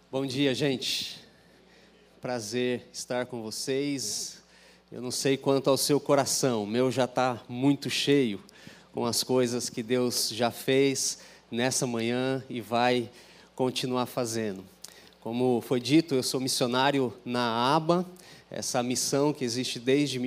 Bom dia, gente. Prazer estar com vocês. Eu não sei quanto ao seu coração, o meu já está muito cheio com as coisas que Deus já fez nessa manhã e vai continuar fazendo. Como foi dito, eu sou missionário na ABA, essa missão que existe desde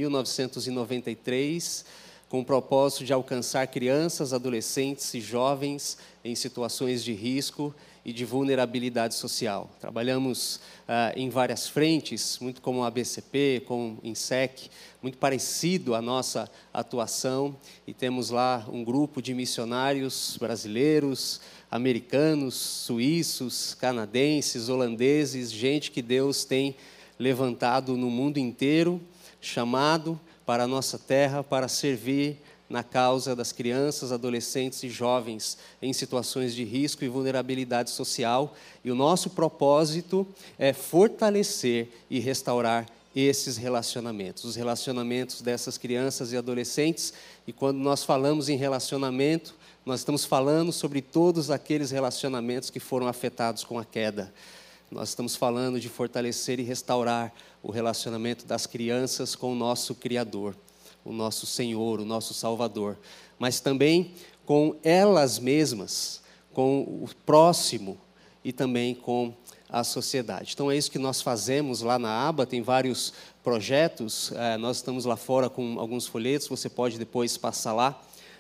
1993, com o propósito de alcançar crianças, adolescentes e jovens em situações de risco e de vulnerabilidade social. Trabalhamos em várias frentes, muito como a ABCP, com o INSEC, muito parecido a nossa atuação, e temos lá um grupo de missionários brasileiros, americanos, suíços, canadenses, holandeses, gente que Deus tem levantado no mundo inteiro, chamado para a nossa terra, para servir na causa das crianças, adolescentes e jovens em situações de risco e vulnerabilidade social. E o nosso propósito é fortalecer e restaurar esses relacionamentos, os relacionamentos dessas crianças e adolescentes. E quando nós falamos em relacionamento, nós estamos falando sobre todos aqueles relacionamentos que foram afetados com a queda. Nós estamos falando de fortalecer e restaurar o relacionamento das crianças com o nosso Criador, o nosso Senhor, o nosso Salvador, mas também com elas mesmas, com o próximo e também com a sociedade. Então é isso que nós fazemos lá na ABA, tem vários projetos, nós estamos lá fora com alguns folhetos, você pode depois passar lá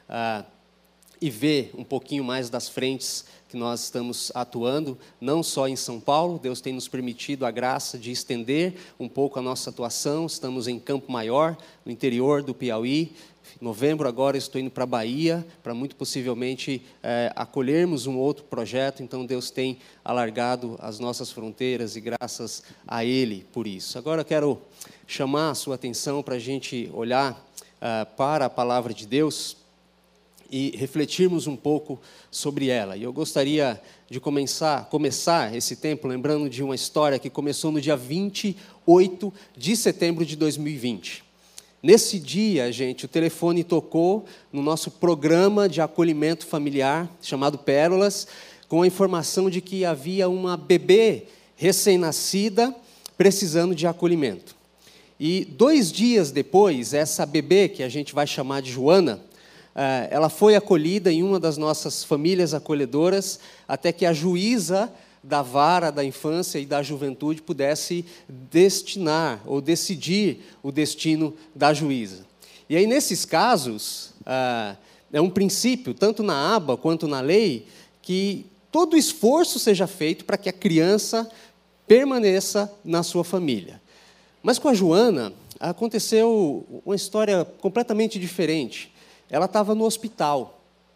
e ver um pouquinho mais das frentes que nós estamos atuando, não só em São Paulo. Deus tem nos permitido a graça de estender um pouco a nossa atuação. Estamos em Campo Maior, no interior do Piauí. Em novembro agora estou indo para a Bahia, para muito possivelmente acolhermos um outro projeto. Então Deus tem alargado as nossas fronteiras e graças a Ele por isso. Agora eu quero chamar a sua atenção para a gente olhar para a palavra de Deus e refletirmos um pouco sobre ela. E eu gostaria de começar esse tempo lembrando de uma história que começou no dia 28 de setembro de 2020. Nesse dia, gente, o telefone tocou no nosso programa de acolhimento familiar, chamado Pérolas, com a informação de que havia uma bebê recém-nascida precisando de acolhimento. E 2 dias depois, essa bebê, que a gente vai chamar de Joana, ela foi acolhida em uma das nossas famílias acolhedoras, até que a juíza da vara da infância e da juventude pudesse destinar ou decidir o destino da juíza. E aí, nesses casos, é um princípio, tanto na ABA quanto na lei, que todo esforço seja feito para que a criança permaneça na sua família. Mas com a Joana, aconteceu uma história completamente diferente. Ela estava no hospital.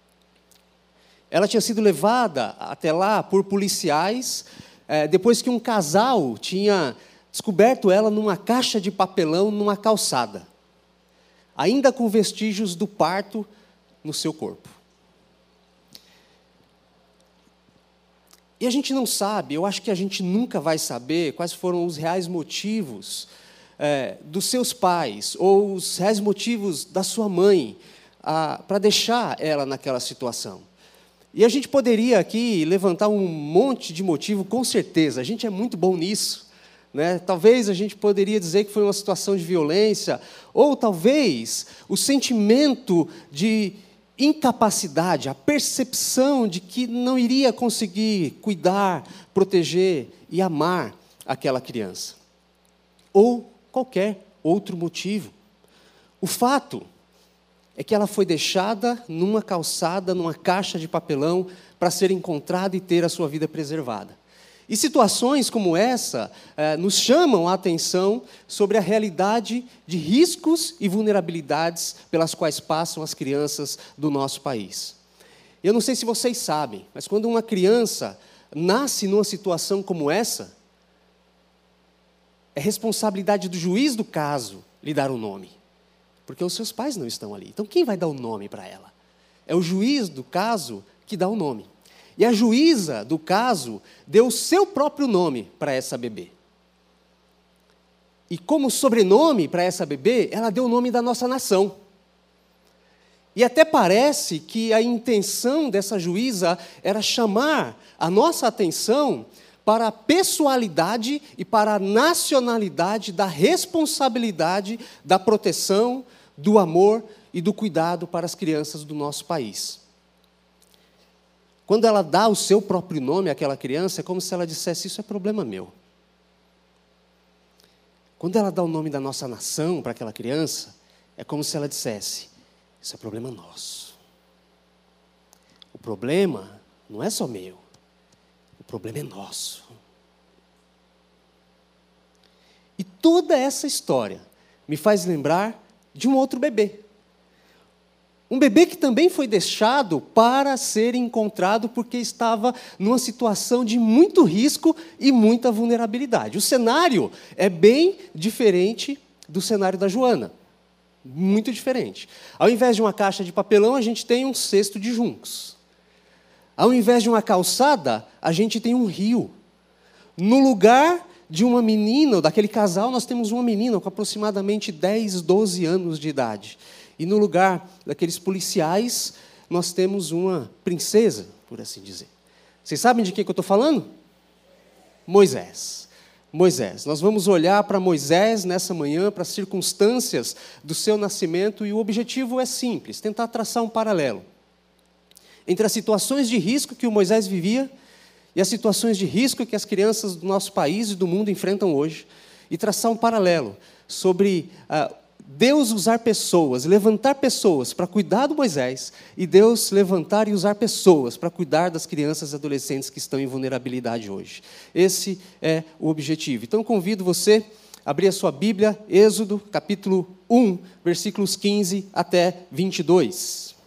Ela tinha sido levada até lá por policiais, depois que um casal tinha descoberto ela numa caixa de papelão, numa calçada, ainda com vestígios do parto no seu corpo. E a gente não sabe, eu acho que a gente nunca vai saber quais foram os reais motivos dos seus pais, ou os reais motivos da sua mãe, para deixar ela naquela situação. E a gente poderia aqui levantar um monte de motivo, com certeza, a gente é muito bom nisso, né? Talvez a gente poderia dizer que foi uma situação de violência, ou talvez o sentimento de incapacidade, a percepção de que não iria conseguir cuidar, proteger e amar aquela criança. Ou qualquer outro motivo. O fato é que ela foi deixada numa calçada, numa caixa de papelão, para ser encontrada e ter a sua vida preservada. E situações como essa nos chamam a atenção sobre a realidade de riscos e vulnerabilidades pelas quais passam as crianças do nosso país. Eu não sei se vocês sabem, mas quando uma criança nasce numa situação como essa, é responsabilidade do juiz do caso lhe dar um nome. Porque os seus pais não estão ali. Então, quem vai dar o nome para ela? É o juiz do caso que dá o nome. E a juíza do caso deu o seu próprio nome para essa bebê. E como sobrenome para essa bebê, ela deu o nome da nossa nação. E até parece que a intenção dessa juíza era chamar a nossa atenção para a pessoalidade e para a nacionalidade da responsabilidade, da proteção, do amor e do cuidado para as crianças do nosso país. Quando ela dá o seu próprio nome àquela criança, é como se ela dissesse: isso é problema meu. Quando ela dá o nome da nossa nação para aquela criança, é como se ela dissesse: isso é problema nosso. O problema não é só meu, o problema é nosso. E toda essa história me faz lembrar de um outro bebê. Um bebê que também foi deixado para ser encontrado porque estava numa situação de muito risco e muita vulnerabilidade. O cenário é bem diferente do cenário da Joana. Muito diferente. Ao invés de uma caixa de papelão, a gente tem um cesto de juncos. Ao invés de uma calçada, a gente tem um rio. No lugar de uma menina, ou daquele casal, nós temos uma menina com aproximadamente 10, 12 anos de idade. E no lugar daqueles policiais, nós temos uma princesa, por assim dizer. Vocês sabem de que eu estou falando? Moisés. Moisés. Nós vamos olhar para Moisés nessa manhã, para as circunstâncias do seu nascimento, e o objetivo é simples: tentar traçar um paralelo entre as situações de risco que o Moisés vivia e as situações de risco que as crianças do nosso país e do mundo enfrentam hoje, e traçar um paralelo sobre Deus usar pessoas, levantar pessoas para cuidar do Moisés, e Deus levantar e usar pessoas para cuidar das crianças e adolescentes que estão em vulnerabilidade hoje. Esse é o objetivo. Então, convido você a abrir a sua Bíblia, Êxodo, capítulo 1, versículos 15 até 22.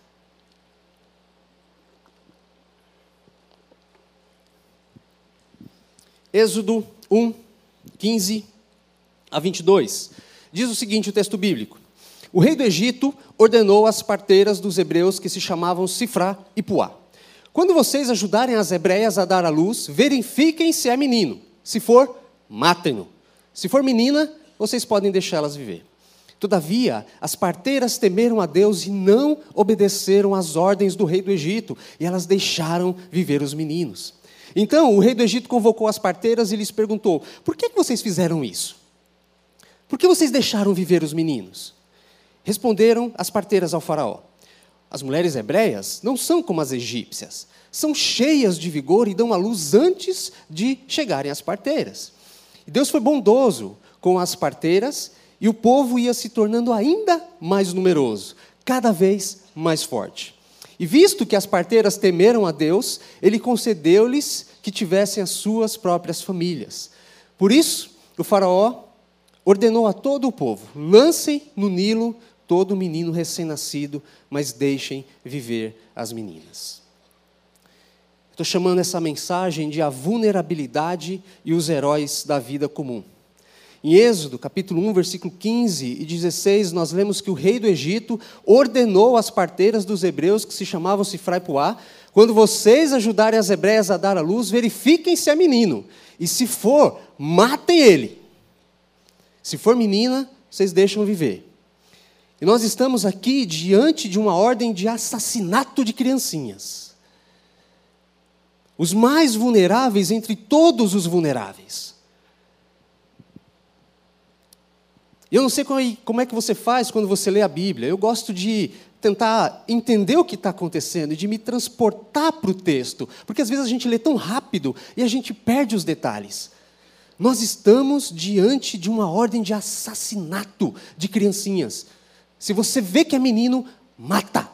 Êxodo 1, 15 a 22. Diz o seguinte o texto bíblico: o rei do Egito ordenou às parteiras dos hebreus que se chamavam Sifrá e Puá: quando vocês ajudarem as hebreias a dar à luz, verifiquem se é menino. Se for, matem-no. Se for menina, vocês podem deixá-las viver. Todavia, as parteiras temeram a Deus e não obedeceram às ordens do rei do Egito, e elas deixaram viver os meninos. Então, o rei do Egito convocou as parteiras e lhes perguntou: por que vocês fizeram isso? Por que vocês deixaram viver os meninos? Responderam as parteiras ao faraó: as mulheres hebreias não são como as egípcias. São cheias de vigor e dão à luz antes de chegarem às parteiras. E Deus foi bondoso com as parteiras, e o povo ia se tornando ainda mais numeroso, cada vez mais forte. E visto que as parteiras temeram a Deus, Ele concedeu-lhes que tivessem as suas próprias famílias. Por isso, o faraó ordenou a todo o povo: lancem no Nilo todo menino recém-nascido, mas deixem viver as meninas. Estou chamando essa mensagem de a vulnerabilidade e os heróis da vida comum. Em Êxodo, capítulo 1, versículo 15 e 16, nós lemos que o rei do Egito ordenou às parteiras dos hebreus, que se chamavam Sifrá e Puá: quando vocês ajudarem as hebreias a dar à luz, verifiquem se é menino, e se for, matem ele. Se for menina, vocês deixam viver. E nós estamos aqui diante de uma ordem de assassinato de criancinhas. Os mais vulneráveis entre todos os vulneráveis. E eu não sei como é que você faz quando você lê a Bíblia. Eu gosto de tentar entender o que está acontecendo e de me transportar para o texto. Porque às vezes a gente lê tão rápido e a gente perde os detalhes. Nós estamos diante de uma ordem de assassinato de criancinhas. Se você vê que é menino, mata.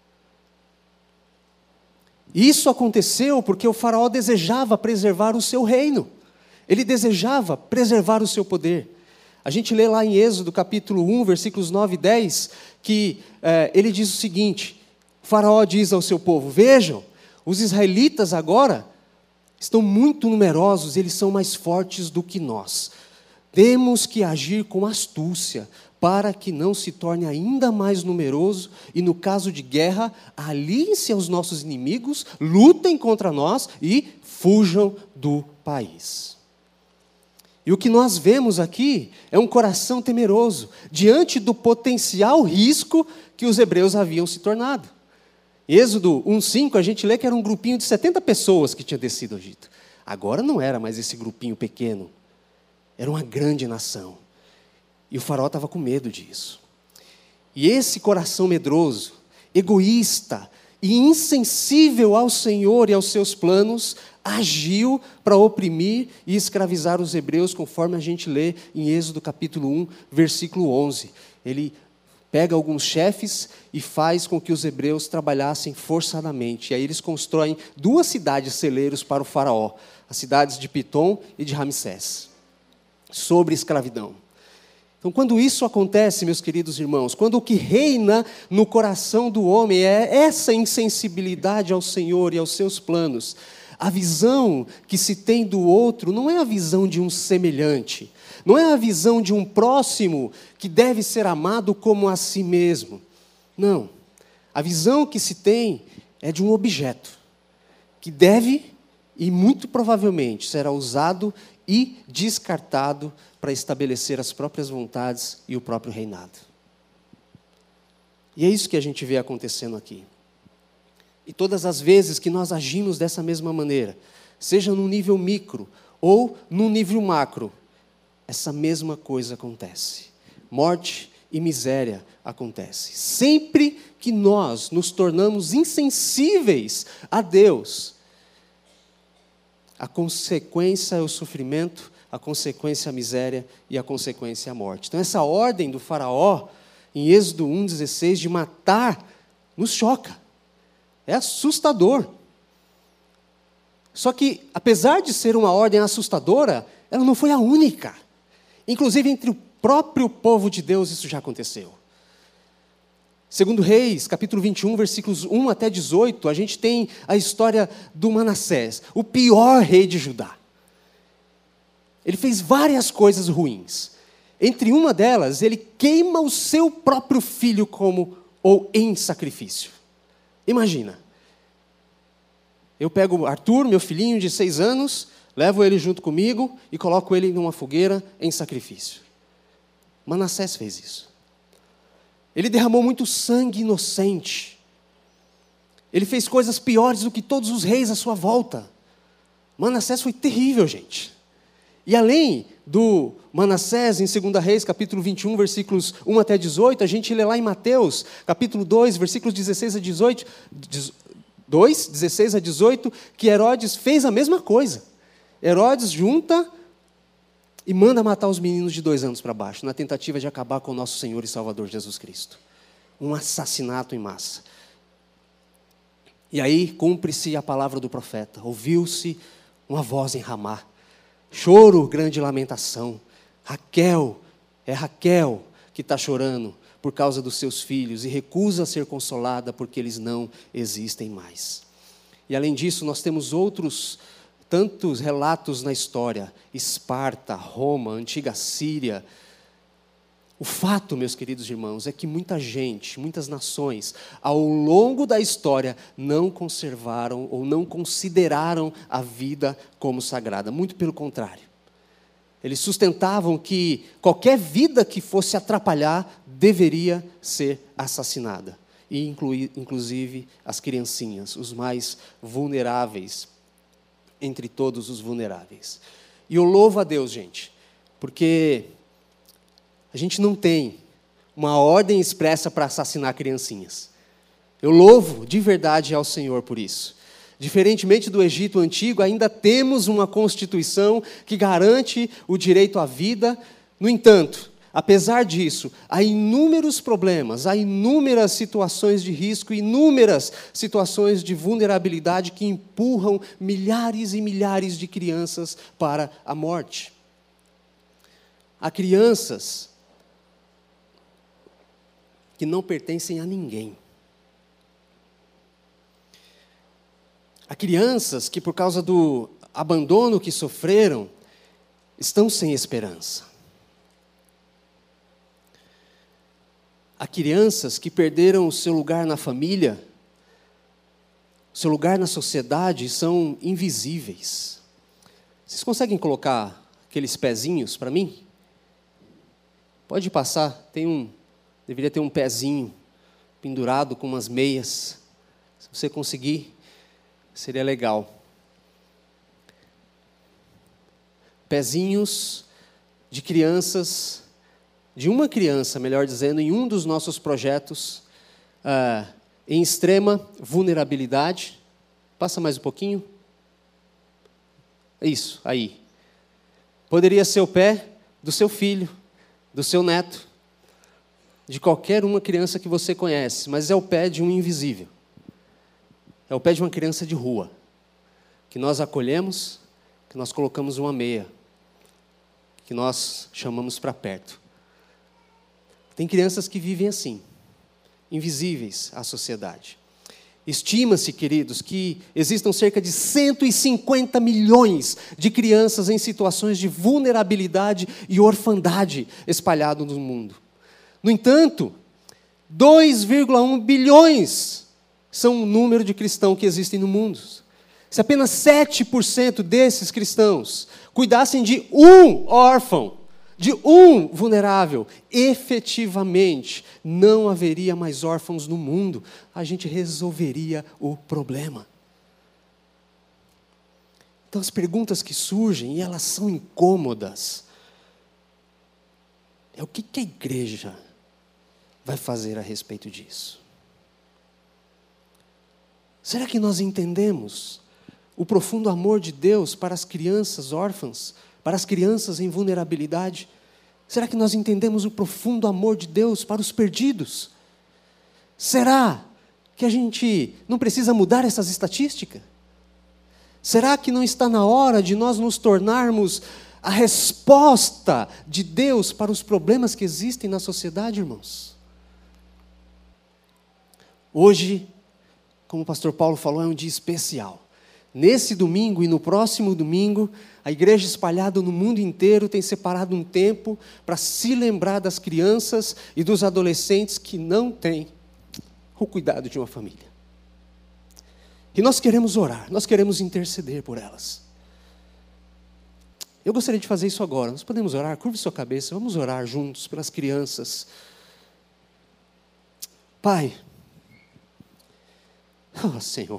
Isso aconteceu porque o faraó desejava preservar o seu reino. Ele desejava preservar o seu poder. A gente lê lá em Êxodo, capítulo 1, versículos 9 e 10, que ele diz o seguinte: o faraó diz ao seu povo: vejam, os israelitas agora estão muito numerosos, eles são mais fortes do que nós. Temos que agir com astúcia, para que não se torne ainda mais numeroso, e no caso de guerra, aliem-se aos nossos inimigos, lutem contra nós e fujam do país. E o que nós vemos aqui é um coração temeroso, diante do potencial risco que os hebreus haviam se tornado. Em Êxodo 1:5, a gente lê que era um grupinho de 70 pessoas que tinha descido ao Egito. Agora não era mais esse grupinho pequeno. Era uma grande nação. E o faraó estava com medo disso. E esse coração medroso, egoísta e insensível ao Senhor e aos seus planos, agiu para oprimir e escravizar os hebreus, conforme a gente lê em Êxodo capítulo 1, versículo 11. Ele pega alguns chefes e faz com que os hebreus trabalhassem forçadamente. E aí eles constroem 2 cidades celeiros para o faraó, as cidades de Pitom e de Ramsés, sobre escravidão. Então, quando isso acontece, meus queridos irmãos, quando o que reina no coração do homem é essa insensibilidade ao Senhor e aos seus planos, a visão que se tem do outro não é a visão de um semelhante, não é a visão de um próximo que deve ser amado como a si mesmo. Não. A visão que se tem é de um objeto que deve e muito provavelmente será usado e descartado para estabelecer as próprias vontades e o próprio reinado. E é isso que a gente vê acontecendo aqui. E todas as vezes que nós agimos dessa mesma maneira, seja no nível micro ou no nível macro, essa mesma coisa acontece. Morte e miséria acontece. Sempre que nós nos tornamos insensíveis a Deus, a consequência é o sofrimento, a consequência é a miséria e a consequência é a morte. Então essa ordem do faraó, em Êxodo 1,16, de matar, nos choca. É assustador. Só que, apesar de ser uma ordem assustadora, ela não foi a única. Inclusive, entre o próprio povo de Deus, isso já aconteceu. Segundo Reis, capítulo 21, versículos 1 até 18, a gente tem a história do Manassés, o pior rei de Judá. Ele fez várias coisas ruins. Entre uma delas, ele queima o seu próprio filho ou em sacrifício. Imagina. Eu pego Arthur, meu filhinho de 6 anos, levo ele junto comigo e coloco ele numa fogueira em sacrifício. Manassés fez isso. Ele derramou muito sangue inocente. Ele fez coisas piores do que todos os reis à sua volta. Manassés foi terrível, gente. E além do Manassés, em 2 Reis, capítulo 21, versículos 1 até 18, a gente lê lá em Mateus, capítulo 2, versículos 16 a 18, 16 a 18, que Herodes fez a mesma coisa. Herodes junta e manda matar os meninos de 2 anos para baixo, na tentativa de acabar com o nosso Senhor e Salvador Jesus Cristo. Um assassinato em massa. E aí cumpre-se a palavra do profeta. Ouviu-se uma voz em Ramá. Choro, grande lamentação. É Raquel que está chorando por causa dos seus filhos e recusa ser consolada porque eles não existem mais. E além disso, nós temos outros tantos relatos na história. Esparta, Roma, antiga Síria. O fato, meus queridos irmãos, é que muita gente, muitas nações, ao longo da história, não conservaram ou não consideraram a vida como sagrada. Muito pelo contrário. Eles sustentavam que qualquer vida que fosse atrapalhar deveria ser assassinada. E inclusive as criancinhas, os mais vulneráveis, entre todos os vulneráveis. E eu louvo a Deus, gente, porque a gente não tem uma ordem expressa para assassinar criancinhas. Eu louvo de verdade ao Senhor por isso. Diferentemente do Egito antigo, ainda temos uma Constituição que garante o direito à vida. No entanto, apesar disso, há inúmeros problemas, há inúmeras situações de risco, inúmeras situações de vulnerabilidade que empurram milhares e milhares de crianças para a morte. Há crianças que não pertencem a ninguém. Há crianças que, por causa do abandono que sofreram, estão sem esperança. Há crianças que perderam o seu lugar na família, o seu lugar na sociedade, e são invisíveis. Vocês conseguem colocar aqueles pezinhos para mim? Pode passar, deveria ter um pezinho pendurado com umas meias. Se você conseguir, seria legal. pezinhos de crianças, de uma criança, melhor dizendo, em um dos nossos projetos, em extrema vulnerabilidade. Passa mais um pouquinho. Isso, aí. Poderia ser o pé do seu filho, do seu neto, de qualquer uma criança que você conhece, mas é o pé de um invisível. É o pé de uma criança de rua, que nós acolhemos, que nós colocamos uma meia, que nós chamamos para perto. Tem crianças que vivem assim, invisíveis à sociedade. Estima-se, queridos, que existam cerca de 150 milhões de crianças em situações de vulnerabilidade e orfandade espalhadas no mundo. No entanto, 2,1 bilhões são o número de cristãos que existem no mundo. Se apenas 7% desses cristãos cuidassem de um órfão, de um vulnerável, efetivamente não haveria mais órfãos no mundo. A gente resolveria o problema. Então as perguntas que surgem, e elas são incômodas, é o que a igreja vai fazer a respeito disso? Será que nós entendemos o profundo amor de Deus para as crianças órfãs, para as crianças em vulnerabilidade? Será que nós entendemos o profundo amor de Deus para os perdidos? Será que a gente não precisa mudar essas estatísticas? Será que não está na hora de nós nos tornarmos a resposta de Deus para os problemas que existem na sociedade, irmãos? Hoje, como o pastor Paulo falou, é um dia especial. Nesse domingo e no próximo domingo, a igreja espalhada no mundo inteiro tem separado um tempo para se lembrar das crianças e dos adolescentes que não têm o cuidado de uma família. E nós queremos orar, nós queremos interceder por elas. Eu gostaria de fazer isso agora. Nós podemos orar? Curve sua cabeça, vamos orar juntos pelas crianças. Pai, oh Senhor,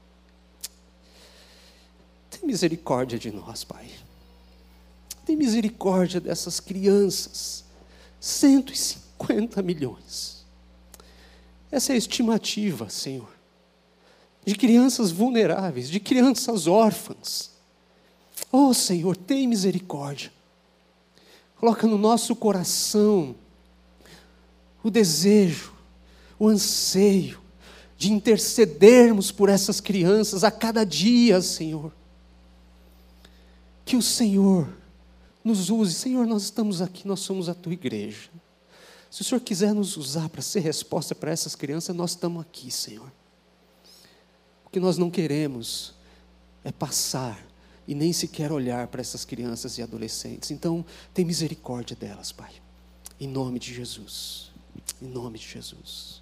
tem misericórdia de nós, Pai. Tem misericórdia dessas crianças. 150 milhões. Essa é a estimativa, Senhor, de crianças vulneráveis, de crianças órfãs. Oh, Senhor, tem misericórdia. Coloca no nosso coração o desejo, o anseio de intercedermos por essas crianças a cada dia, Senhor. Que o Senhor nos use. Senhor, nós estamos aqui, nós somos a Tua igreja. Se o Senhor quiser nos usar para ser resposta para essas crianças, nós estamos aqui, Senhor. O que nós não queremos é passar e nem sequer olhar para essas crianças e adolescentes. Então, tem misericórdia delas, Pai. Em nome de Jesus. Em nome de Jesus.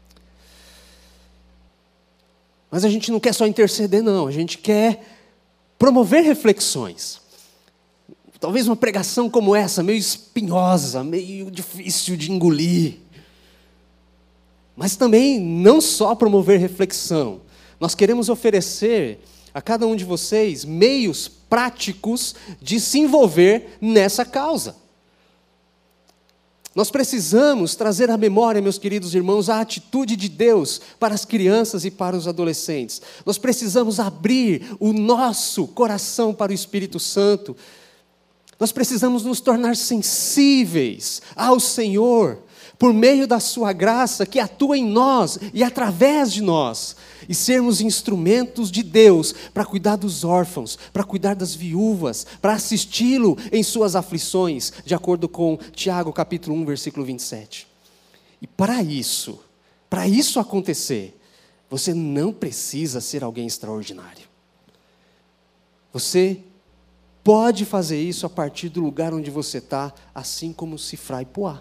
Mas a gente não quer só interceder, não. A gente quer promover reflexões. Talvez uma pregação como essa, meio espinhosa, meio difícil de engolir. Mas também não só promover reflexão. Nós queremos oferecer a cada um de vocês meios práticos de se envolver nessa causa. Nós precisamos trazer à memória, meus queridos irmãos, a atitude de Deus para as crianças e para os adolescentes. Nós precisamos abrir o nosso coração para o Espírito Santo. Nós precisamos nos tornar sensíveis ao Senhor, por meio da sua graça que atua em nós e através de nós, e sermos instrumentos de Deus para cuidar dos órfãos, para cuidar das viúvas, para assisti-lo em suas aflições, de acordo com Tiago capítulo 1, versículo 27. E para isso acontecer, você não precisa ser alguém extraordinário. Você pode fazer isso a partir do lugar onde você está, assim como Sifra e Puá.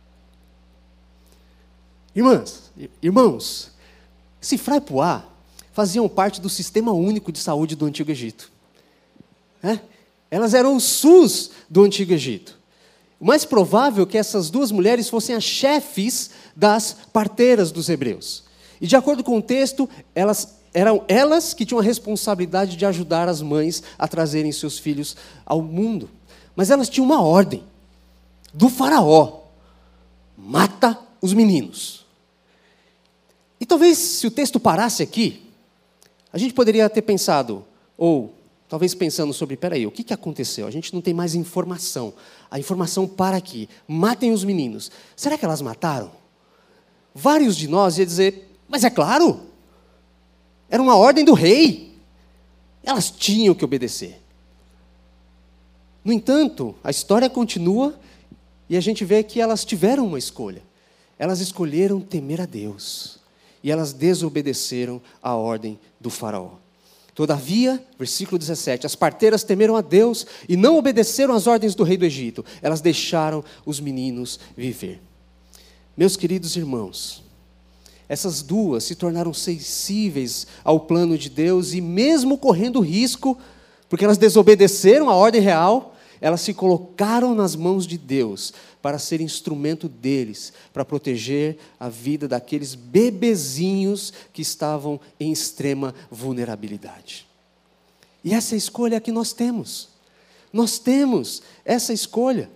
Irmãos, Sifra e Puá faziam parte do Sistema Único de Saúde do Antigo Egito. Elas eram o SUS do Antigo Egito. O mais provável é que essas duas mulheres fossem as chefes das parteiras dos hebreus. E de acordo com o texto, elas eram elas que tinham a responsabilidade de ajudar as mães a trazerem seus filhos ao mundo. Mas elas tinham uma ordem do faraó: mata os meninos. E talvez, se o texto parasse aqui, a gente poderia ter pensado, ou talvez pensando sobre, peraí, o que aconteceu? A gente não tem mais informação. A informação para aqui. Matem os meninos. Será que elas mataram? Vários de nós iam dizer, mas é claro, era uma ordem do rei. Elas tinham que obedecer. No entanto, a história continua e a gente vê que elas tiveram uma escolha. Elas escolheram temer a Deus. E elas desobedeceram à ordem do faraó. Todavia, versículo 17, as parteiras temeram a Deus e não obedeceram às ordens do rei do Egito. Elas deixaram os meninos viver. Meus queridos irmãos, essas duas se tornaram sensíveis ao plano de Deus e mesmo correndo risco, porque elas desobedeceram à ordem real, elas se colocaram nas mãos de Deus para ser instrumento deles, para proteger a vida daqueles bebezinhos que estavam em extrema vulnerabilidade. E essa é a escolha que nós temos. Nós temos essa escolha.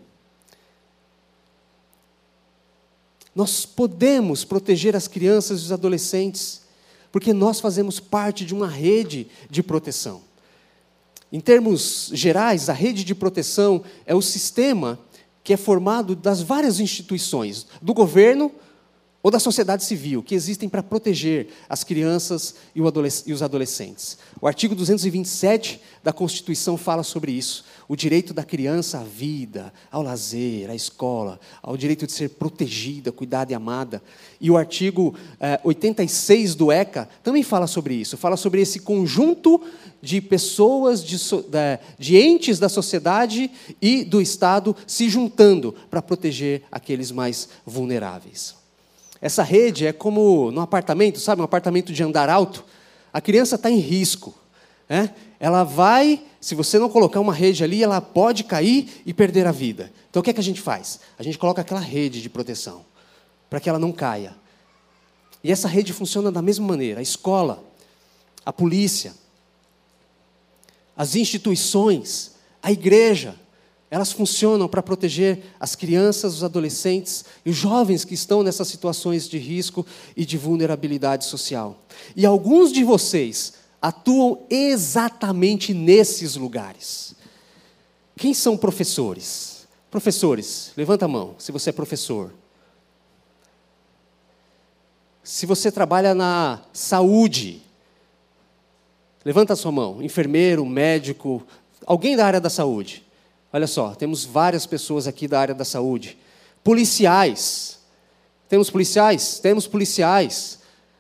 Nós podemos proteger as crianças e os adolescentes, porque nós fazemos parte de uma rede de proteção. Em termos gerais, a rede de proteção é o sistema que é formado das várias instituições, do governo ou da sociedade civil, que existem para proteger as crianças e os adolescentes. O artigo 227 da Constituição fala sobre isso. O direito da criança à vida, ao lazer, à escola, ao direito de ser protegida, cuidada e amada. E o artigo 86 do ECA também fala sobre isso. Fala sobre esse conjunto de pessoas, de entes da sociedade e do Estado se juntando para proteger aqueles mais vulneráveis. Essa rede é como no apartamento, sabe, um apartamento de andar alto. A criança está em risco, né? Ela vai, se você não colocar uma rede ali, ela pode cair e perder a vida. Então o que é que a gente faz? A gente coloca aquela rede de proteção, para que ela não caia. E essa rede funciona da mesma maneira. A escola, a polícia, as instituições, a igreja, elas funcionam para proteger as crianças, os adolescentes e os jovens que estão nessas situações de risco e de vulnerabilidade social. E alguns de vocês atuam exatamente nesses lugares. Quem são professores? Professores, levanta a mão, se você é professor. Se você trabalha na saúde, levanta a sua mão. Enfermeiro, médico, alguém da área da saúde. Olha só, temos várias pessoas aqui da área da saúde. Policiais. Temos policiais? Temos policiais.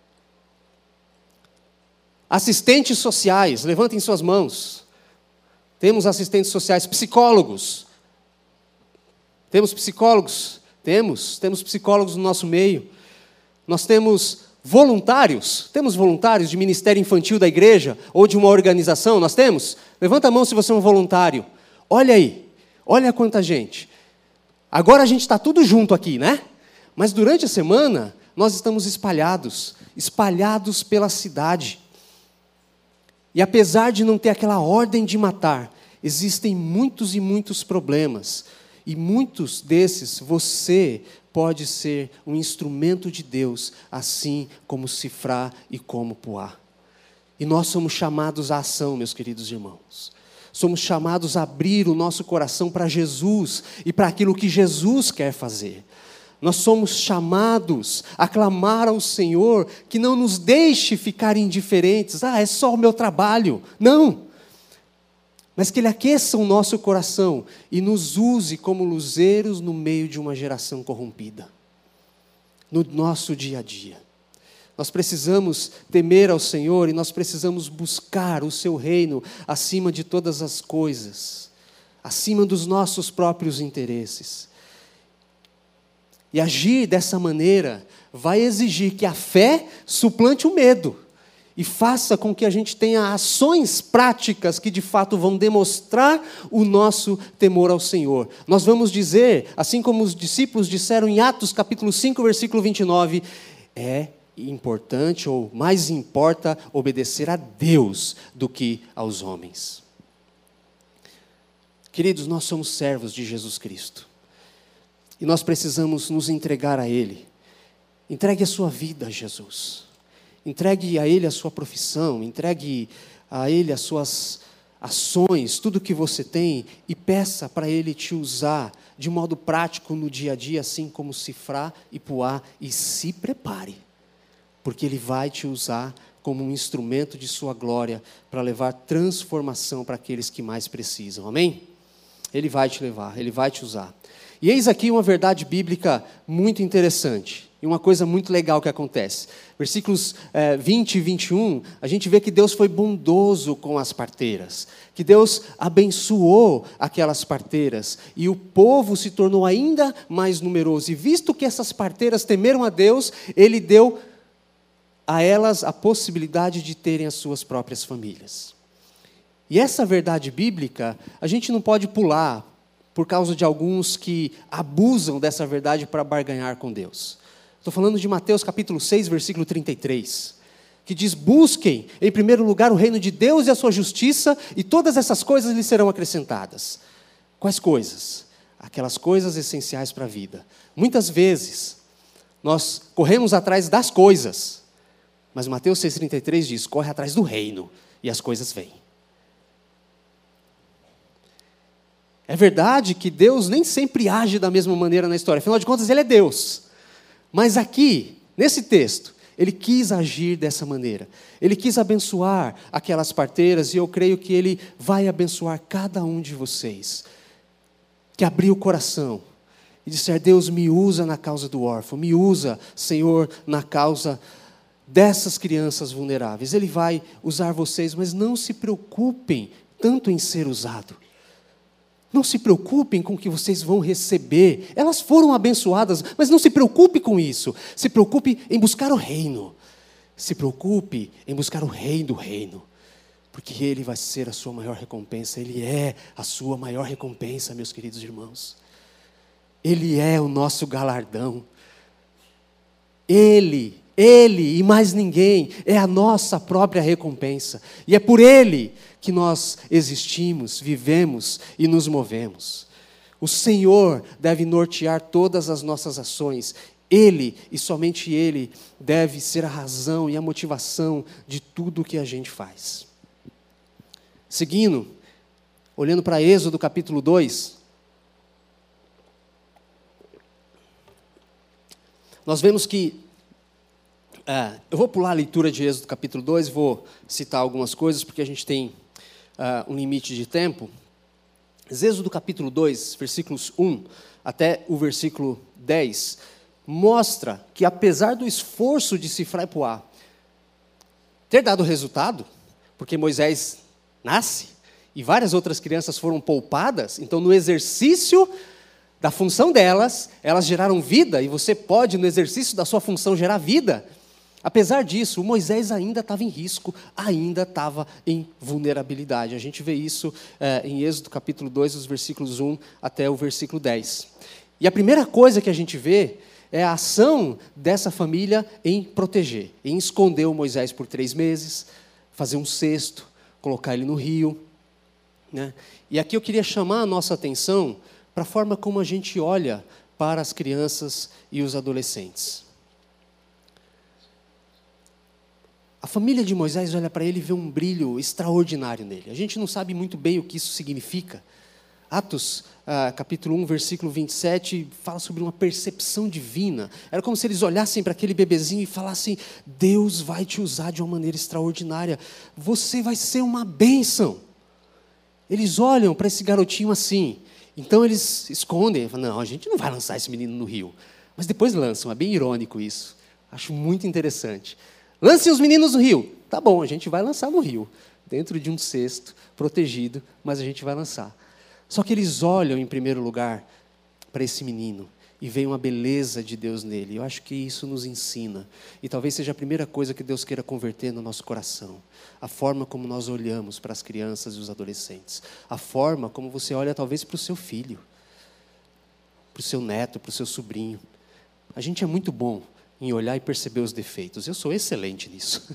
Assistentes sociais, levantem suas mãos. Temos assistentes sociais. Psicólogos. Temos psicólogos? Temos psicólogos no nosso meio. Nós temos voluntários. Temos voluntários de ministério infantil da igreja ou de uma organização? Nós temos? Levanta a mão se você é um voluntário. Olha aí, olha quanta gente. Agora a gente está tudo junto aqui, né? Mas durante a semana, nós estamos espalhados pela cidade. E apesar de não ter aquela ordem de matar, existem muitos e muitos problemas. E muitos desses, você pode ser um instrumento de Deus, assim como Sifrá e como Puá. E nós somos chamados à ação, meus queridos irmãos. Somos chamados a abrir o nosso coração para Jesus e para aquilo que Jesus quer fazer. Nós somos chamados a clamar ao Senhor que não nos deixe ficar indiferentes. É só o meu trabalho. Não. Mas que Ele aqueça o nosso coração e nos use como luzeiros no meio de uma geração corrompida. No nosso dia a dia. Nós precisamos temer ao Senhor e nós precisamos buscar o seu reino acima de todas as coisas, acima dos nossos próprios interesses. E agir dessa maneira vai exigir que a fé suplante o medo e faça com que a gente tenha ações práticas que de fato vão demonstrar o nosso temor ao Senhor. Nós vamos dizer, assim como os discípulos disseram em Atos capítulo 5, versículo 29, é importante ou mais importa obedecer a Deus do que aos homens. Queridos, nós somos servos de Jesus Cristo. E nós precisamos nos entregar a Ele. Entregue a sua vida a Jesus. Entregue a Ele a sua profissão. Entregue a Ele as suas ações, tudo que você tem, e peça para Ele te usar de modo prático no dia a dia, assim como Sifrá e Puá, e se prepare, porque Ele vai te usar como um instrumento de sua glória para levar transformação para aqueles que mais precisam, amém? Ele vai te levar, Ele vai te usar. E eis aqui uma verdade bíblica muito interessante, e uma coisa muito legal que acontece. Versículos 20 e 21, a gente vê que Deus foi bondoso com as parteiras, que Deus abençoou aquelas parteiras, e o povo se tornou ainda mais numeroso. E visto que essas parteiras temeram a Deus, Ele deu a elas a possibilidade de terem as suas próprias famílias. E essa verdade bíblica, a gente não pode pular por causa de alguns que abusam dessa verdade para barganhar com Deus. Estou falando de Mateus capítulo 6, versículo 33, que diz: busquem em primeiro lugar o reino de Deus e a sua justiça, e todas essas coisas lhes serão acrescentadas. Quais coisas? Aquelas coisas essenciais para a vida. Muitas vezes, nós corremos atrás das coisas, mas Mateus 6,33 diz: corre atrás do reino, e as coisas vêm. É verdade que Deus nem sempre age da mesma maneira na história, afinal de contas Ele é Deus. Mas aqui, nesse texto, Ele quis agir dessa maneira. Ele quis abençoar aquelas parteiras, e eu creio que Ele vai abençoar cada um de vocês que abriu o coração e disser: Deus, me usa na causa do órfão, me usa, Senhor, na causa dessas crianças vulneráveis. Ele vai usar vocês, mas não se preocupem tanto em ser usado. Não se preocupem com o que vocês vão receber. Elas foram abençoadas, mas não se preocupe com isso. Se preocupe em buscar o reino. Se preocupe em buscar o rei do reino. Porque Ele vai ser a sua maior recompensa. Ele é a sua maior recompensa, meus queridos irmãos. Ele é o nosso galardão. Ele e mais ninguém é a nossa própria recompensa. E é por Ele que nós existimos, vivemos e nos movemos. O Senhor deve nortear todas as nossas ações. Ele, e somente Ele, deve ser a razão e a motivação de tudo o que a gente faz. Seguindo, olhando para Êxodo capítulo 2, nós vemos que eu vou pular a leitura de Êxodo capítulo 2, vou citar algumas coisas, porque a gente tem um limite de tempo. Êxodo capítulo 2, versículos 1 até o versículo 10, mostra que apesar do esforço de Sifrá e Puá ter dado resultado, porque Moisés nasce e várias outras crianças foram poupadas, então no exercício da função delas, elas geraram vida, e você pode no exercício da sua função gerar vida. Apesar disso, o Moisés ainda estava em risco, ainda estava em vulnerabilidade. A gente vê isso em Êxodo capítulo 2, os versículos 1 até o versículo 10. E a primeira coisa que a gente vê é a ação dessa família em proteger, em esconder o Moisés por 3 meses, fazer um cesto, colocar ele no rio, né? E aqui eu queria chamar a nossa atenção para a forma como a gente olha para as crianças e os adolescentes. A família de Moisés olha para ele e vê um brilho extraordinário nele. A gente não sabe muito bem o que isso significa. Atos, capítulo 1, versículo 27, fala sobre uma percepção divina. Era como se eles olhassem para aquele bebezinho e falassem: Deus vai te usar de uma maneira extraordinária. Você vai ser uma bênção. Eles olham para esse garotinho assim. Então eles escondem. Falam: não, a gente não vai lançar esse menino no rio. Mas depois lançam. É bem irônico isso. Acho muito interessante. Lancem os meninos no rio. Tá bom, a gente vai lançar no rio. Dentro de um cesto, protegido, mas a gente vai lançar. Só que eles olham em primeiro lugar para esse menino e veem uma beleza de Deus nele. Eu acho que isso nos ensina. E talvez seja a primeira coisa que Deus queira converter no nosso coração. A forma como nós olhamos para as crianças e os adolescentes. A forma como você olha talvez para o seu filho, para o seu neto, para o seu sobrinho. A gente é muito bom em olhar e perceber os defeitos. Eu sou excelente nisso.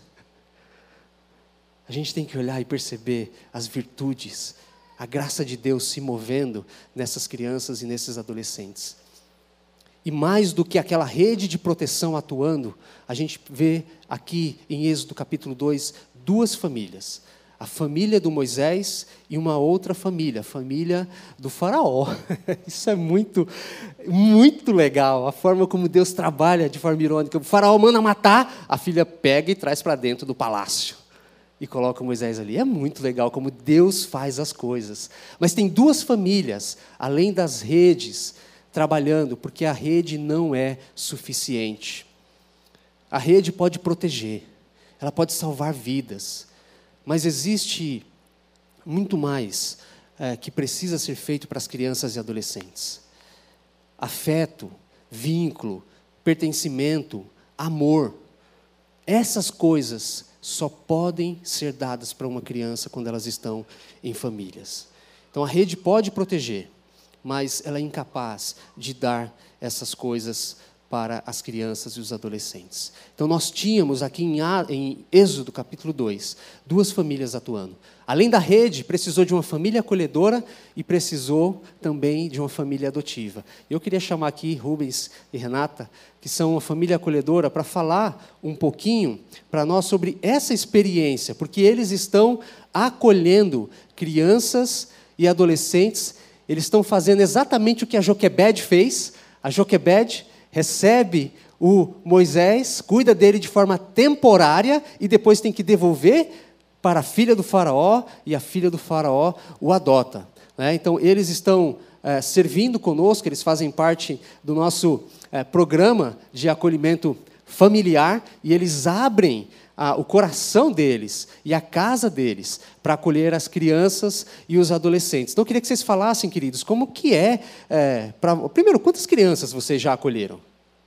A gente tem que olhar e perceber as virtudes, a graça de Deus se movendo nessas crianças e nesses adolescentes. E mais do que aquela rede de proteção atuando, a gente vê aqui em Êxodo capítulo 2, duas famílias. A família do Moisés e uma outra família, a família do faraó. Isso é muito, muito legal, a forma como Deus trabalha de forma irônica. O faraó manda matar, a filha pega e traz para dentro do palácio. E coloca Moisés ali. É muito legal como Deus faz as coisas. Mas tem duas famílias, além das redes, trabalhando, porque a rede não é suficiente. A rede pode proteger, ela pode salvar vidas, mas existe muito mais que precisa ser feito para as crianças e adolescentes. Afeto, vínculo, pertencimento, amor. Essas coisas só podem ser dadas para uma criança quando elas estão em famílias. Então a rede pode proteger, mas ela é incapaz de dar essas coisas para as crianças e os adolescentes. Então nós tínhamos aqui em Êxodo capítulo 2, duas famílias atuando. Além da rede, precisou de uma família acolhedora e precisou também de uma família adotiva. Eu queria chamar aqui Rubens e Renata, que são uma família acolhedora, para falar um pouquinho para nós sobre essa experiência, porque eles estão acolhendo crianças e adolescentes. Eles estão fazendo exatamente o que a Joquebede fez. A Joquebede recebe o Moisés, cuida dele de forma temporária e depois tem que devolver para a filha do faraó, e a filha do faraó o adota. Então, eles estão servindo conosco, eles fazem parte do nosso programa de acolhimento familiar, e eles abrem o coração deles e a casa deles para acolher as crianças e os adolescentes. Então, eu queria que vocês falassem, queridos, como que primeiro, quantas crianças vocês já acolheram?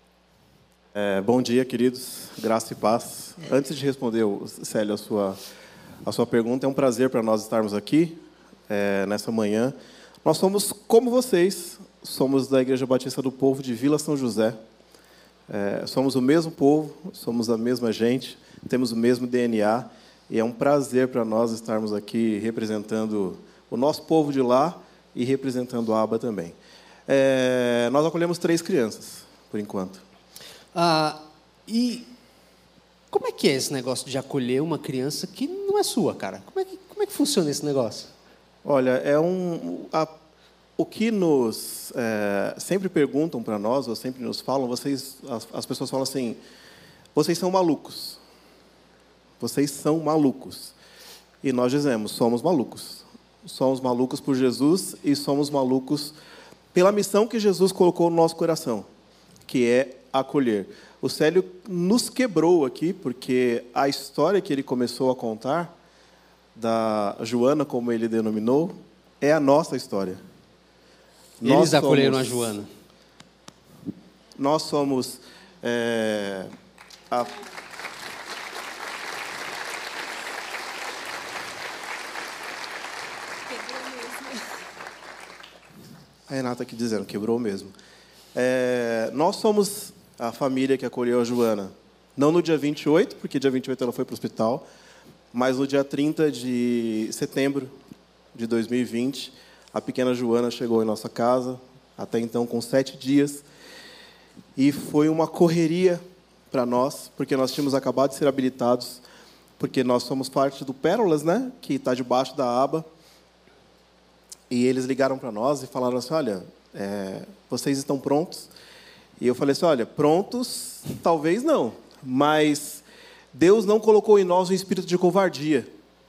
Bom dia, queridos. Graça e paz. Antes de responder, Célio, a sua pergunta, é um prazer para nós estarmos aqui nessa manhã. Nós somos como vocês, somos da Igreja Batista do Povo de Vila São José. Somos o mesmo povo, somos a mesma gente, temos o mesmo DNA, e é um prazer para nós estarmos aqui representando o nosso povo de lá e representando a ABA também. Nós acolhemos 3 crianças, por enquanto. E como é que é esse negócio de acolher uma criança que não é sua, cara? Como é que funciona esse negócio? Olha, o que nos sempre perguntam para nós, ou sempre nos falam, as pessoas falam assim, vocês são malucos. Vocês são malucos. E nós dizemos, somos malucos. Somos malucos por Jesus e somos malucos pela missão que Jesus colocou no nosso coração, que é acolher. O Célio nos quebrou aqui, porque a história que ele começou a contar, da Joana, como ele denominou, é a nossa história. Eles acolheram a Joana. Nós somos A Renata aqui dizendo, quebrou mesmo. Nós somos a família que acolheu a Joana. Não no dia 28, porque dia 28 ela foi para o hospital, mas no dia 30 de setembro de 2020, a pequena Joana chegou em nossa casa, até então com 7 dias, e foi uma correria para nós, porque nós tínhamos acabado de ser habilitados, porque nós somos parte do Pérolas, né, que está debaixo da aba. E eles ligaram para nós e falaram assim, olha, vocês estão prontos? E eu falei assim, olha, prontos, talvez não, mas Deus não colocou em nós um espírito de covardia.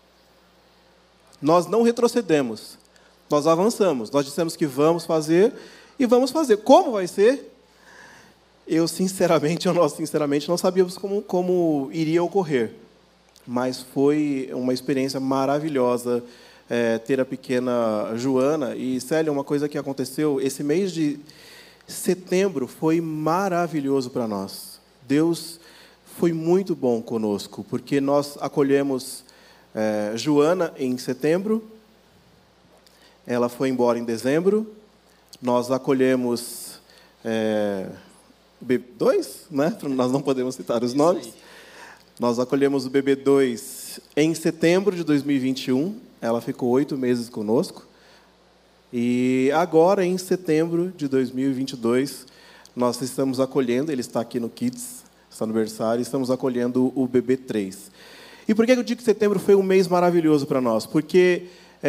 Nós não retrocedemos, nós avançamos, nós dissemos que vamos fazer e vamos fazer. Como vai ser? Nós sinceramente não sabíamos como iria ocorrer, mas foi uma experiência maravilhosa, ter a pequena Joana. E, Célia, uma coisa que aconteceu, esse mês de setembro foi maravilhoso para nós. Deus foi muito bom conosco, porque nós acolhemos Joana em setembro, ela foi embora em dezembro, nós acolhemos B2, né? Nós não podemos citar os nomes. Nós acolhemos o bebê 2 em setembro de 2021. Ela ficou 8 meses conosco. E agora, em setembro de 2022, nós estamos acolhendo, ele está aqui no Kids, está no berçário, estamos acolhendo o bebê 3. E por que eu digo que setembro foi um mês maravilhoso para nós? Porque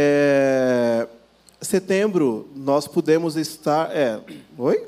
setembro nós pudemos estar... Oi?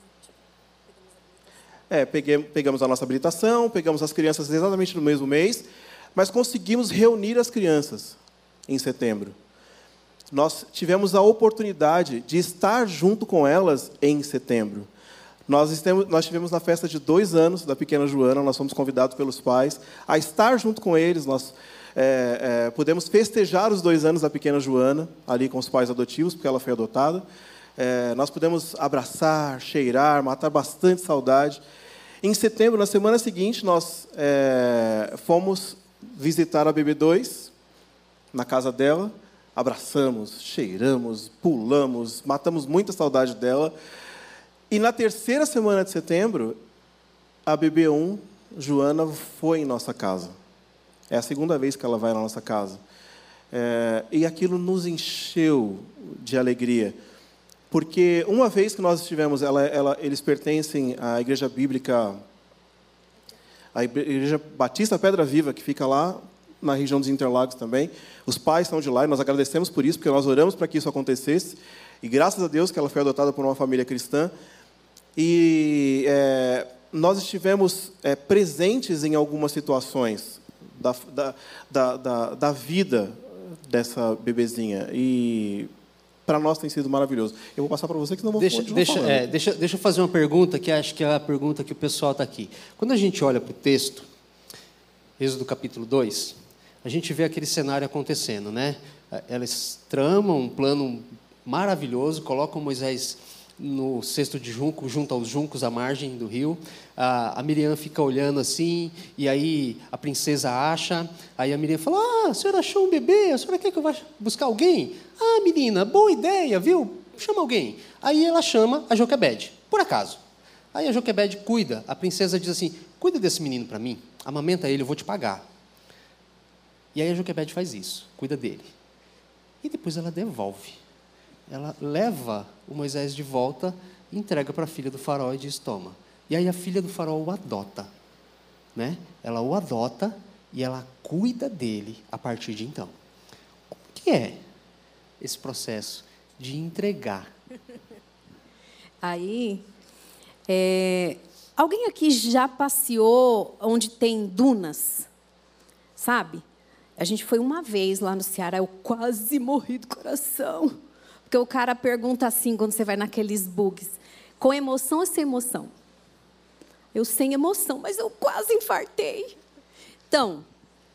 Pegamos a nossa habilitação, pegamos as crianças exatamente no mesmo mês, mas conseguimos reunir as crianças em setembro. Nós tivemos a oportunidade de estar junto com elas em setembro. Nós tivemos na festa de 2 anos da pequena Joana, nós fomos convidados pelos pais a estar junto com eles. Nós pudemos festejar os 2 anos da pequena Joana, ali com os pais adotivos, porque ela foi adotada. Nós pudemos abraçar, cheirar, matar bastante saudade. Em setembro, na semana seguinte, nós fomos visitar a bebê 2 na casa dela. Abraçamos, cheiramos, pulamos, matamos muita saudade dela. E na terceira semana de setembro, a bebê 1, Joana, foi em nossa casa. É a segunda vez que ela vai na nossa casa. E aquilo nos encheu de alegria. Porque uma vez que nós estivemos, eles pertencem à Igreja Bíblica, a Igreja Batista Pedra Viva, que fica lá na região dos Interlagos também. Os pais estão de lá e nós agradecemos por isso, porque nós oramos para que isso acontecesse. E graças a Deus que ela foi adotada por uma família cristã. E nós estivemos presentes em algumas situações da vida dessa bebezinha. E para nós tem sido maravilhoso. Eu vou passar para você, que não vou falar. Deixa eu fazer uma pergunta, que acho que é a pergunta que o pessoal está aqui. Quando a gente olha para o texto, Êxodo capítulo 2, a gente vê aquele cenário acontecendo, né? Elas tramam um plano maravilhoso, colocam Moisés no cesto de junco, junto aos juncos à margem do rio. A Miriam fica olhando assim, e aí a princesa acha, aí a Miriam fala: a senhora achou um bebê, a senhora quer que eu vá buscar alguém? Ah, menina, boa ideia, viu? Chama alguém. Aí ela chama a Joquebede, por acaso. Aí a Joquebede cuida, a princesa diz assim: cuida desse menino para mim, amamenta ele, eu vou te pagar. E aí a Joquebede faz isso, cuida dele. E depois ela devolve. Ela leva o Moisés de volta, entrega para a filha do faraó e diz: toma. E aí a filha do faraó o adota, né? Ela o adota e ela cuida dele a partir de então. Como que é esse processo de entregar? Aí, alguém aqui já passeou onde tem dunas? Sabe? A gente foi uma vez lá no Ceará, eu quase morri do coração. Porque o cara pergunta assim, quando você vai naqueles bugs: com emoção ou sem emoção? Eu sem emoção, mas eu quase infartei. Então,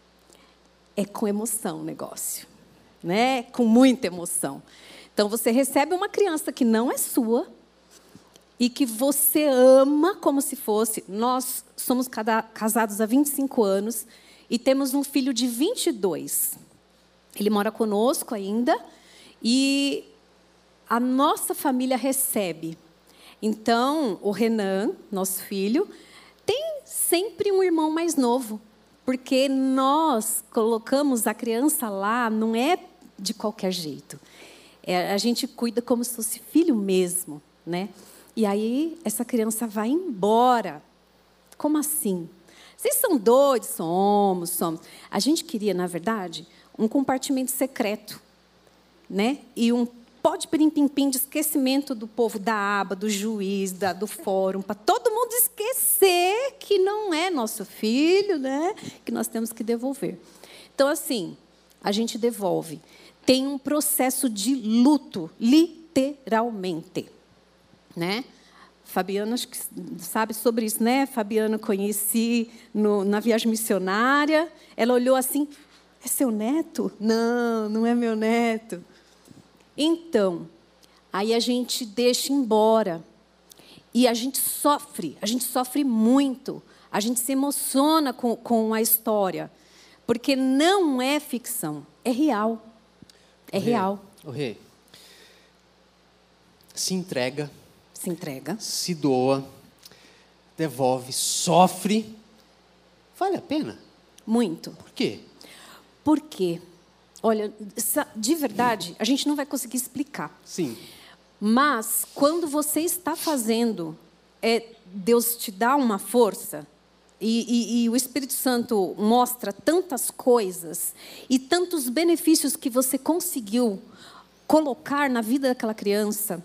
é com emoção o negócio, né? Com muita emoção. Então, você recebe uma criança que não é sua e que você ama como se fosse. Nós somos casados há 25 anos e temos um filho de 22. Ele mora conosco ainda e a nossa família recebe. Então, o Renan, nosso filho, tem sempre um irmão mais novo, porque nós colocamos a criança lá, não é de qualquer jeito. A gente cuida como se fosse filho mesmo, né? E aí, essa criança vai embora. Como assim? Vocês são doidos? Somos. A gente queria, na verdade, um compartimento secreto, né? E um pode pirim-pim-pim de esquecimento do povo da aba, do juiz, do fórum, para todo mundo esquecer que não é nosso filho, né? Que nós temos que devolver. Então, assim, a gente devolve. Tem um processo de luto, literalmente, né? Fabiana, acho que sabe sobre isso, né? Fabiana, conheci na viagem missionária. Ela olhou assim: é seu neto? Não, não é meu neto. Então, aí a gente deixa embora. E a gente sofre muito. A gente se emociona com a história. Porque não é ficção, é real. É real. O Rê, se entrega. Se entrega. Se doa. devolve, sofre. Vale a pena? Muito. Por quê? Por quê? Olha, de verdade, a gente não vai conseguir explicar. Sim. Mas, quando você está fazendo, Deus te dá uma força, e o Espírito Santo mostra tantas coisas, e tantos benefícios que você conseguiu colocar na vida daquela criança,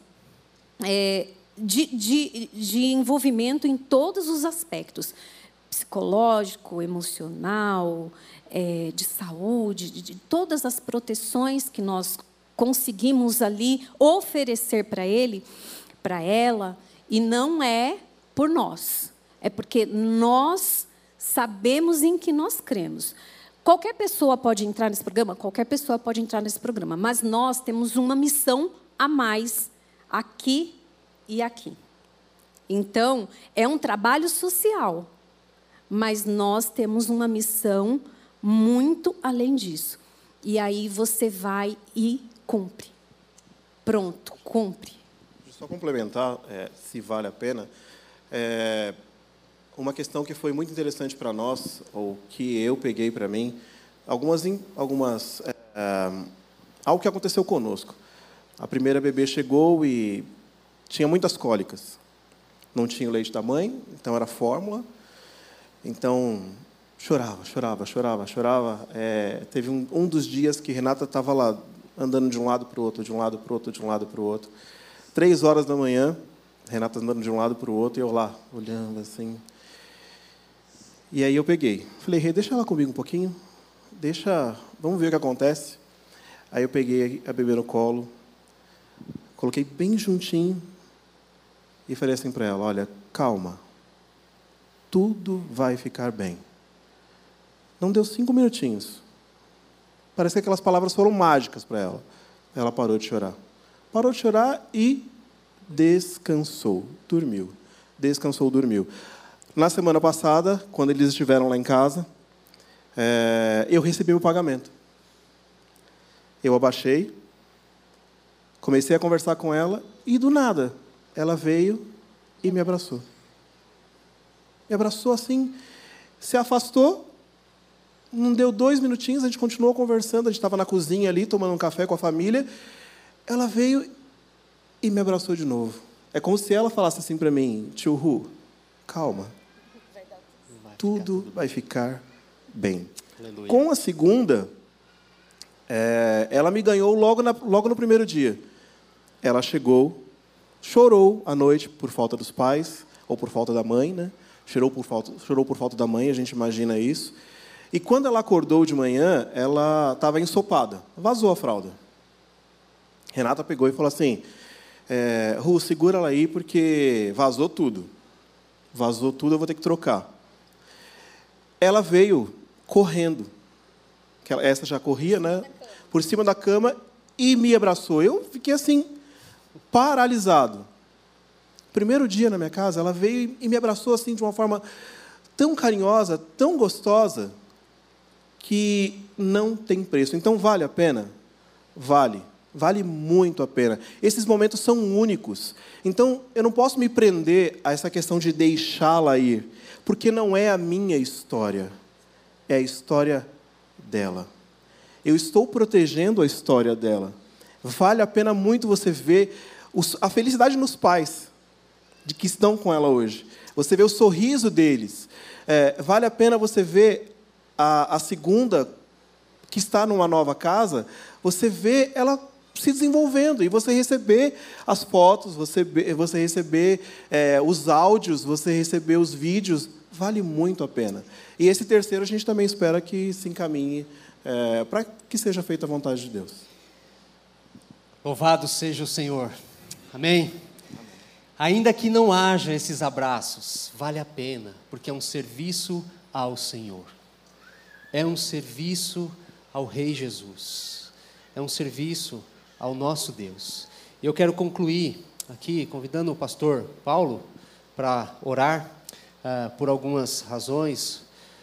de envolvimento em todos os aspectos, psicológico, emocional, de saúde, de todas as proteções que nós conseguimos ali oferecer para ele, para ela, e não é por nós, é porque nós sabemos em que nós cremos. Qualquer pessoa pode entrar nesse programa, mas nós temos uma missão a mais aqui e aqui. Então, é um trabalho social, mas nós temos uma missão muito além disso. E aí você vai e cumpre. Pronto, cumpre. Só complementar, se vale a pena, uma questão que foi muito interessante para nós, ou que eu peguei para mim, algo que aconteceu conosco. A primeira bebê chegou e tinha muitas cólicas. Não tinha o leite da mãe, então era fórmula. Então, chorava. Teve um dos dias que Renata estava lá, andando de um lado para o outro, 3 horas da manhã, Renata andando de um lado para o outro, e eu lá, olhando assim. E aí eu peguei. Falei, Rê, deixa ela comigo um pouquinho. Vamos ver o que acontece. Aí eu peguei a bebê no colo, coloquei bem juntinho, e falei assim para ela, olha, calma. Tudo vai ficar bem. Não deu 5 minutinhos. Parece que aquelas palavras foram mágicas para ela. Ela parou de chorar. Parou de chorar e descansou. Dormiu. Na semana passada, quando eles estiveram lá em casa, eu recebi o pagamento. Eu abaixei, comecei a conversar com ela e, do nada, ela veio e me abraçou. Me abraçou assim, se afastou, não deu 2 minutinhos, a gente continuou conversando, a gente estava na cozinha ali, tomando um café com a família, ela veio e me abraçou de novo. É como se ela falasse assim para mim, tio Ru, calma, tudo vai ficar bem. Aleluia. Com a segunda, ela me ganhou logo no primeiro dia. Ela chegou, chorou à noite por falta dos pais, ou por falta da mãe, né? Chorou por falta da mãe, a gente imagina isso. E quando ela acordou de manhã, ela estava ensopada, vazou a fralda. Renata pegou e falou assim, Ru, segura ela aí, porque vazou tudo, eu vou ter que trocar. Ela veio correndo, essa já corria, né, por cima da cama, e me abraçou. Eu fiquei assim, paralisado. Primeiro dia na minha casa, ela veio e me abraçou assim, de uma forma tão carinhosa, tão gostosa, que não tem preço. Então, vale a pena? Vale muito a pena. Esses momentos são únicos. Então, eu não posso me prender a essa questão de deixá-la ir, porque não é a minha história, é a história dela. Eu estou protegendo a história dela. Vale a pena muito você ver a felicidade nos pais de que estão com ela hoje. Você vê o sorriso deles. Vale a pena você ver a segunda, que está numa nova casa, você vê ela se desenvolvendo, e você receber as fotos, você receber os áudios, você receber os vídeos, vale muito a pena. E esse terceiro a gente também espera que se encaminhe para que seja feita a vontade de Deus. Louvado seja o Senhor. Amém? Ainda que não haja esses abraços, vale a pena, porque é um serviço ao Senhor. É um serviço ao Rei Jesus. É um serviço ao nosso Deus. E eu quero concluir aqui, convidando o pastor Paulo para orar por algumas razões.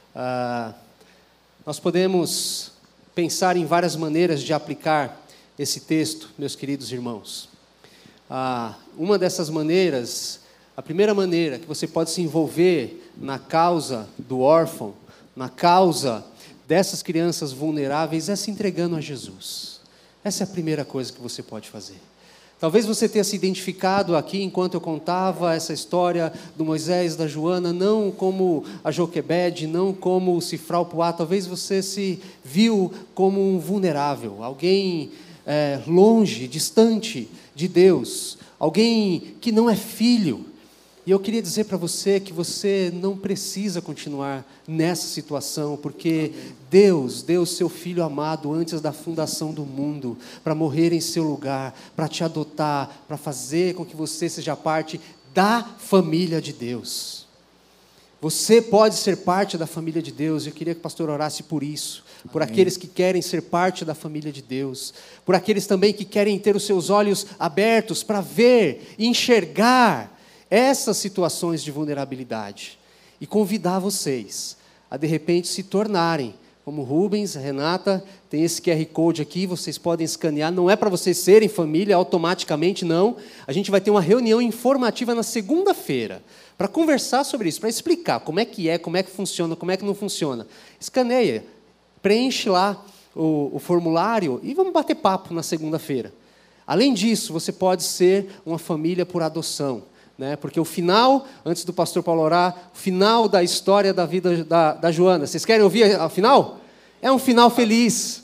Nós podemos pensar em várias maneiras de aplicar esse texto, meus queridos irmãos. Uma dessas maneiras A primeira maneira que você pode se envolver na causa do órfão, na causa dessas crianças vulneráveis, é se entregando a Jesus. Essa é a primeira coisa que você pode fazer. Talvez você tenha se identificado aqui, enquanto eu contava essa história do Moisés, da Joana, não como a Joquebede, não como o Cifral Puá. Talvez você se viu como um vulnerável, alguém longe, distante de Deus, alguém que não é filho. E eu queria dizer para você que você não precisa continuar nessa situação, porque Deus deu o seu Filho amado antes da fundação do mundo, para morrer em seu lugar, para te adotar, para fazer com que você seja parte da família de Deus. Você pode ser parte da família de Deus. Eu queria que o pastor orasse por isso, por aqueles que querem ser parte da família de Deus, por aqueles também que querem ter os seus olhos abertos para ver e enxergar essas situações de vulnerabilidade, e convidar vocês a de repente se tornarem, como Rubens, Renata, tem esse QR Code aqui, vocês podem escanear, não é para vocês serem família automaticamente, não. A gente vai ter uma reunião informativa na segunda-feira, para conversar sobre isso, para explicar como é que funciona, como é que não funciona. Escaneia, preenche lá o formulário e vamos bater papo na segunda-feira. Além disso, você pode ser uma família por adoção, né? Porque o final, antes do pastor Paulo orar, o final da história da vida da Joana, vocês querem ouvir o final? É um final feliz.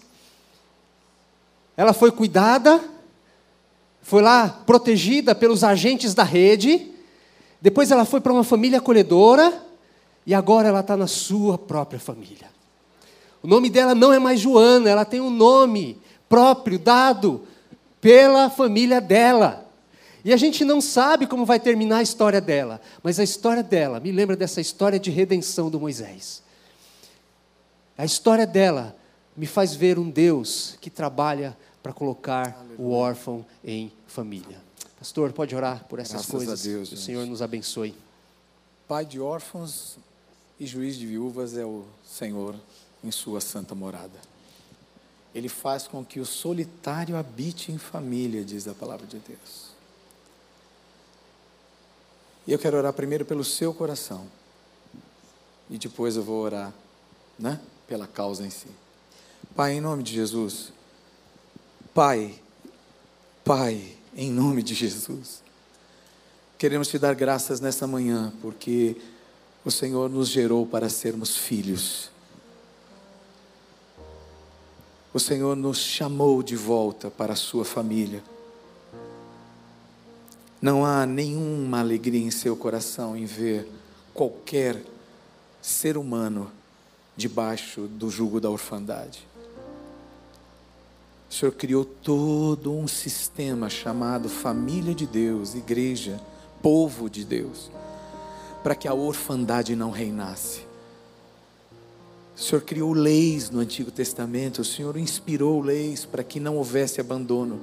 Ela foi cuidada, foi lá protegida pelos agentes da rede, depois ela foi para uma família acolhedora, e agora ela está na sua própria família. O nome dela não é mais Joana, ela tem um nome próprio dado pela família dela. E a gente não sabe como vai terminar a história dela, mas a história dela me lembra dessa história de redenção do Moisés. A história dela me faz ver um Deus que trabalha para colocar o órfão em família. Pastor, pode orar por essas coisas? Deus, que o Senhor nos abençoe. Pai de órfãos e juiz de viúvas é o Senhor em sua santa morada. Ele faz com que o solitário habite em família, diz a palavra de Deus. E eu quero orar primeiro pelo seu coração. E depois eu vou orar, né, pela causa em si. Pai, em nome de Jesus. Pai, em nome de Jesus. Queremos te dar graças nessa manhã, porque o Senhor nos gerou para sermos filhos. O Senhor nos chamou de volta para a sua família. Não há nenhuma alegria em seu coração em ver qualquer ser humano debaixo do jugo da orfandade. O Senhor criou todo um sistema chamado família de Deus, igreja, povo de Deus, para que a orfandade não reinasse. O Senhor criou leis no Antigo Testamento, o Senhor inspirou leis para que não houvesse abandono.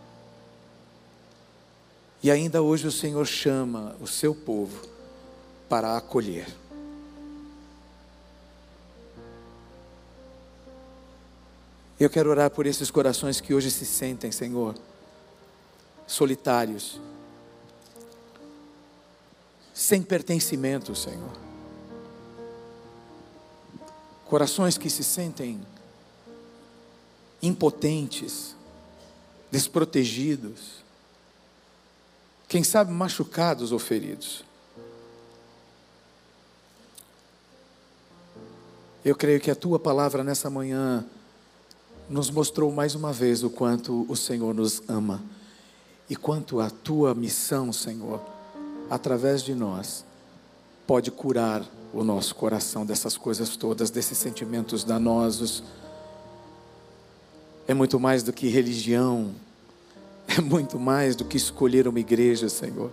E ainda hoje o Senhor chama o seu povo para acolher. Eu quero orar por esses corações que hoje se sentem, Senhor, solitários, sem pertencimento, Senhor. Corações que se sentem impotentes, desprotegidos, quem sabe machucados ou feridos. Eu creio que a tua palavra nessa manhã nos mostrou mais uma vez o quanto o Senhor nos ama e quanto a tua missão, Senhor, através de nós, pode curar o nosso coração dessas coisas todas, desses sentimentos danosos. É muito mais do que religião, é muito mais do que escolher uma igreja, Senhor.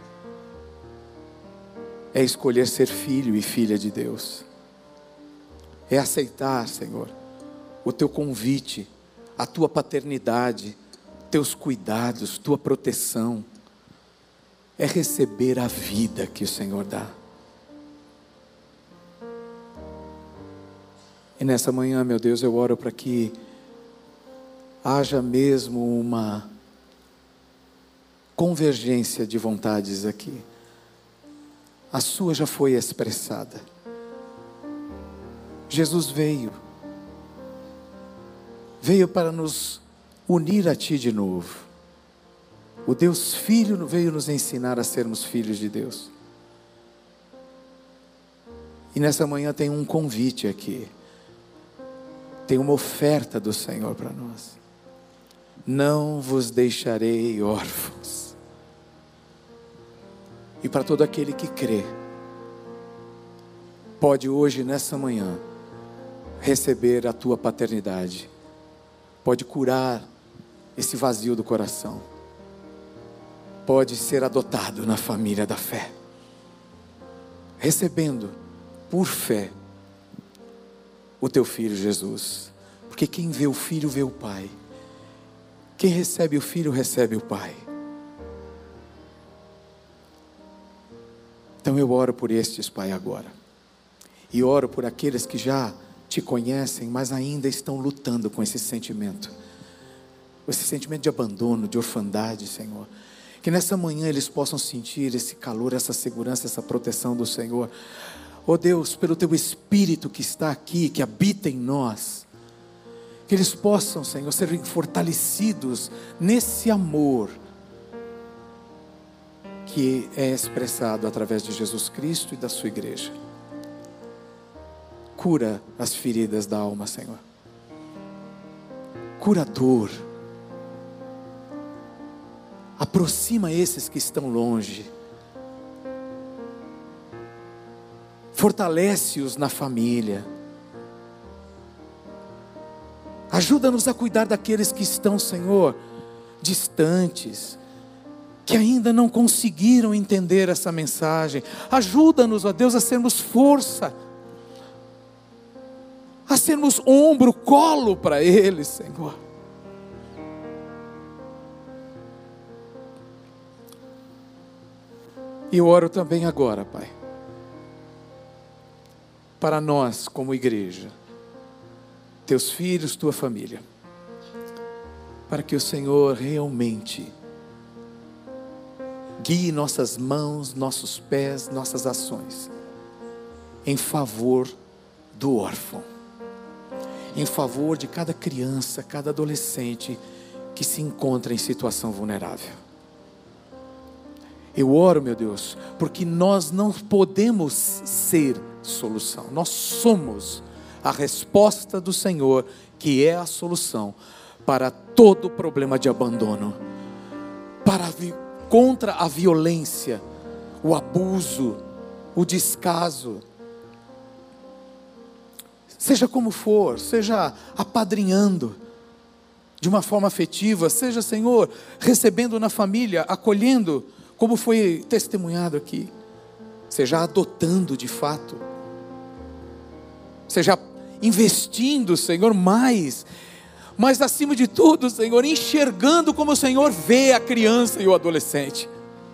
É escolher ser filho e filha de Deus. É aceitar, Senhor, o teu convite, a tua paternidade, teus cuidados, tua proteção. É receber a vida que o Senhor dá. E nessa manhã, meu Deus, eu oro para que haja mesmo uma convergência de vontades aqui. a sua já foi expressada. Jesus veio para nos unir a Ti de novo. O Deus Filho veio nos ensinar a sermos filhos de Deus. E nessa manhã tem um convite aqui. Tem uma oferta do Senhor para nós. Não vos deixarei órfãos. E para todo aquele que crê, pode hoje, nessa manhã, receber a tua paternidade. Pode curar esse vazio do coração. Pode ser adotado na família da fé. Recebendo, por fé, o teu Filho Jesus. Porque quem vê o Filho, vê o Pai. Quem recebe o Filho, recebe o Pai. Então eu oro por estes, Pai, agora. E oro por aqueles que já Te conhecem, mas ainda estão lutando com esse sentimento. Esse sentimento de abandono, de orfandade, Senhor. Que nessa manhã eles possam sentir esse calor, essa segurança, essa proteção do Senhor. Oh Deus, pelo Teu Espírito que está aqui, que habita em nós. Que eles possam, Senhor, serem fortalecidos nesse amor que é expressado através de Jesus Cristo e da sua igreja. Cura as feridas da alma, Senhor. Cura a dor. Aproxima esses que estão longe. Fortalece-os na família. Ajuda-nos a cuidar daqueles que estão, Senhor, distantes, que ainda não conseguiram entender essa mensagem. Ajuda-nos, ó Deus, a sermos força, a sermos ombro, colo para eles, Senhor. E eu oro também agora, Pai, para nós como igreja, Teus filhos, Tua família, para que o Senhor realmente guie nossas mãos, nossos pés, nossas ações, em favor do órfão, em favor de cada criança, cada adolescente que se encontra em situação vulnerável. Eu oro, meu Deus, porque nós não podemos ser solução, nós somos a resposta do Senhor, que é a solução para todo problema de abandono, contra a violência, o abuso, o descaso. Seja como for, seja apadrinhando de uma forma afetiva, seja, Senhor, recebendo na família, acolhendo, como foi testemunhado aqui, seja adotando de fato, seja investindo, Senhor, mais, mas acima de tudo, Senhor, enxergando como o Senhor vê a criança e o adolescente.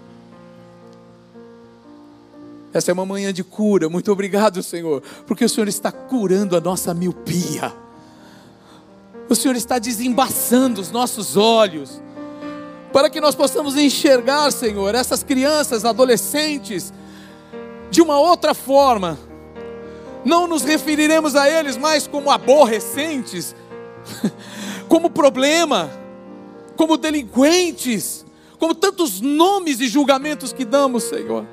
Essa é uma manhã de cura. Muito obrigado, Senhor, porque o Senhor está curando a nossa miopia. O Senhor está desembaçando os nossos olhos, para que nós possamos enxergar, Senhor, essas crianças, adolescentes, de uma outra forma. Não nos referiremos a eles mais como aborrecentes, como problema, como delinquentes, como tantos nomes e julgamentos que damos, Senhor.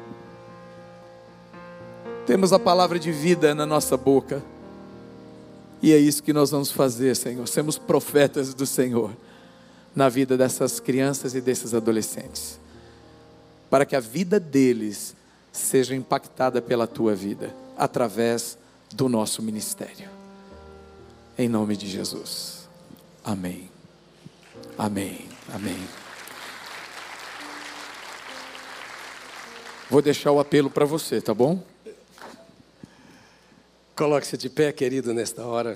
Temos a palavra de vida na nossa boca, e é isso que nós vamos fazer, Senhor. Sermos profetas do Senhor na vida dessas crianças e desses adolescentes, para que a vida deles seja impactada pela Tua vida, através do nosso ministério. Em nome de Jesus. Amém. Amém. Amém. Vou deixar o apelo para você, tá bom? Coloque-se de pé, querido, nesta hora.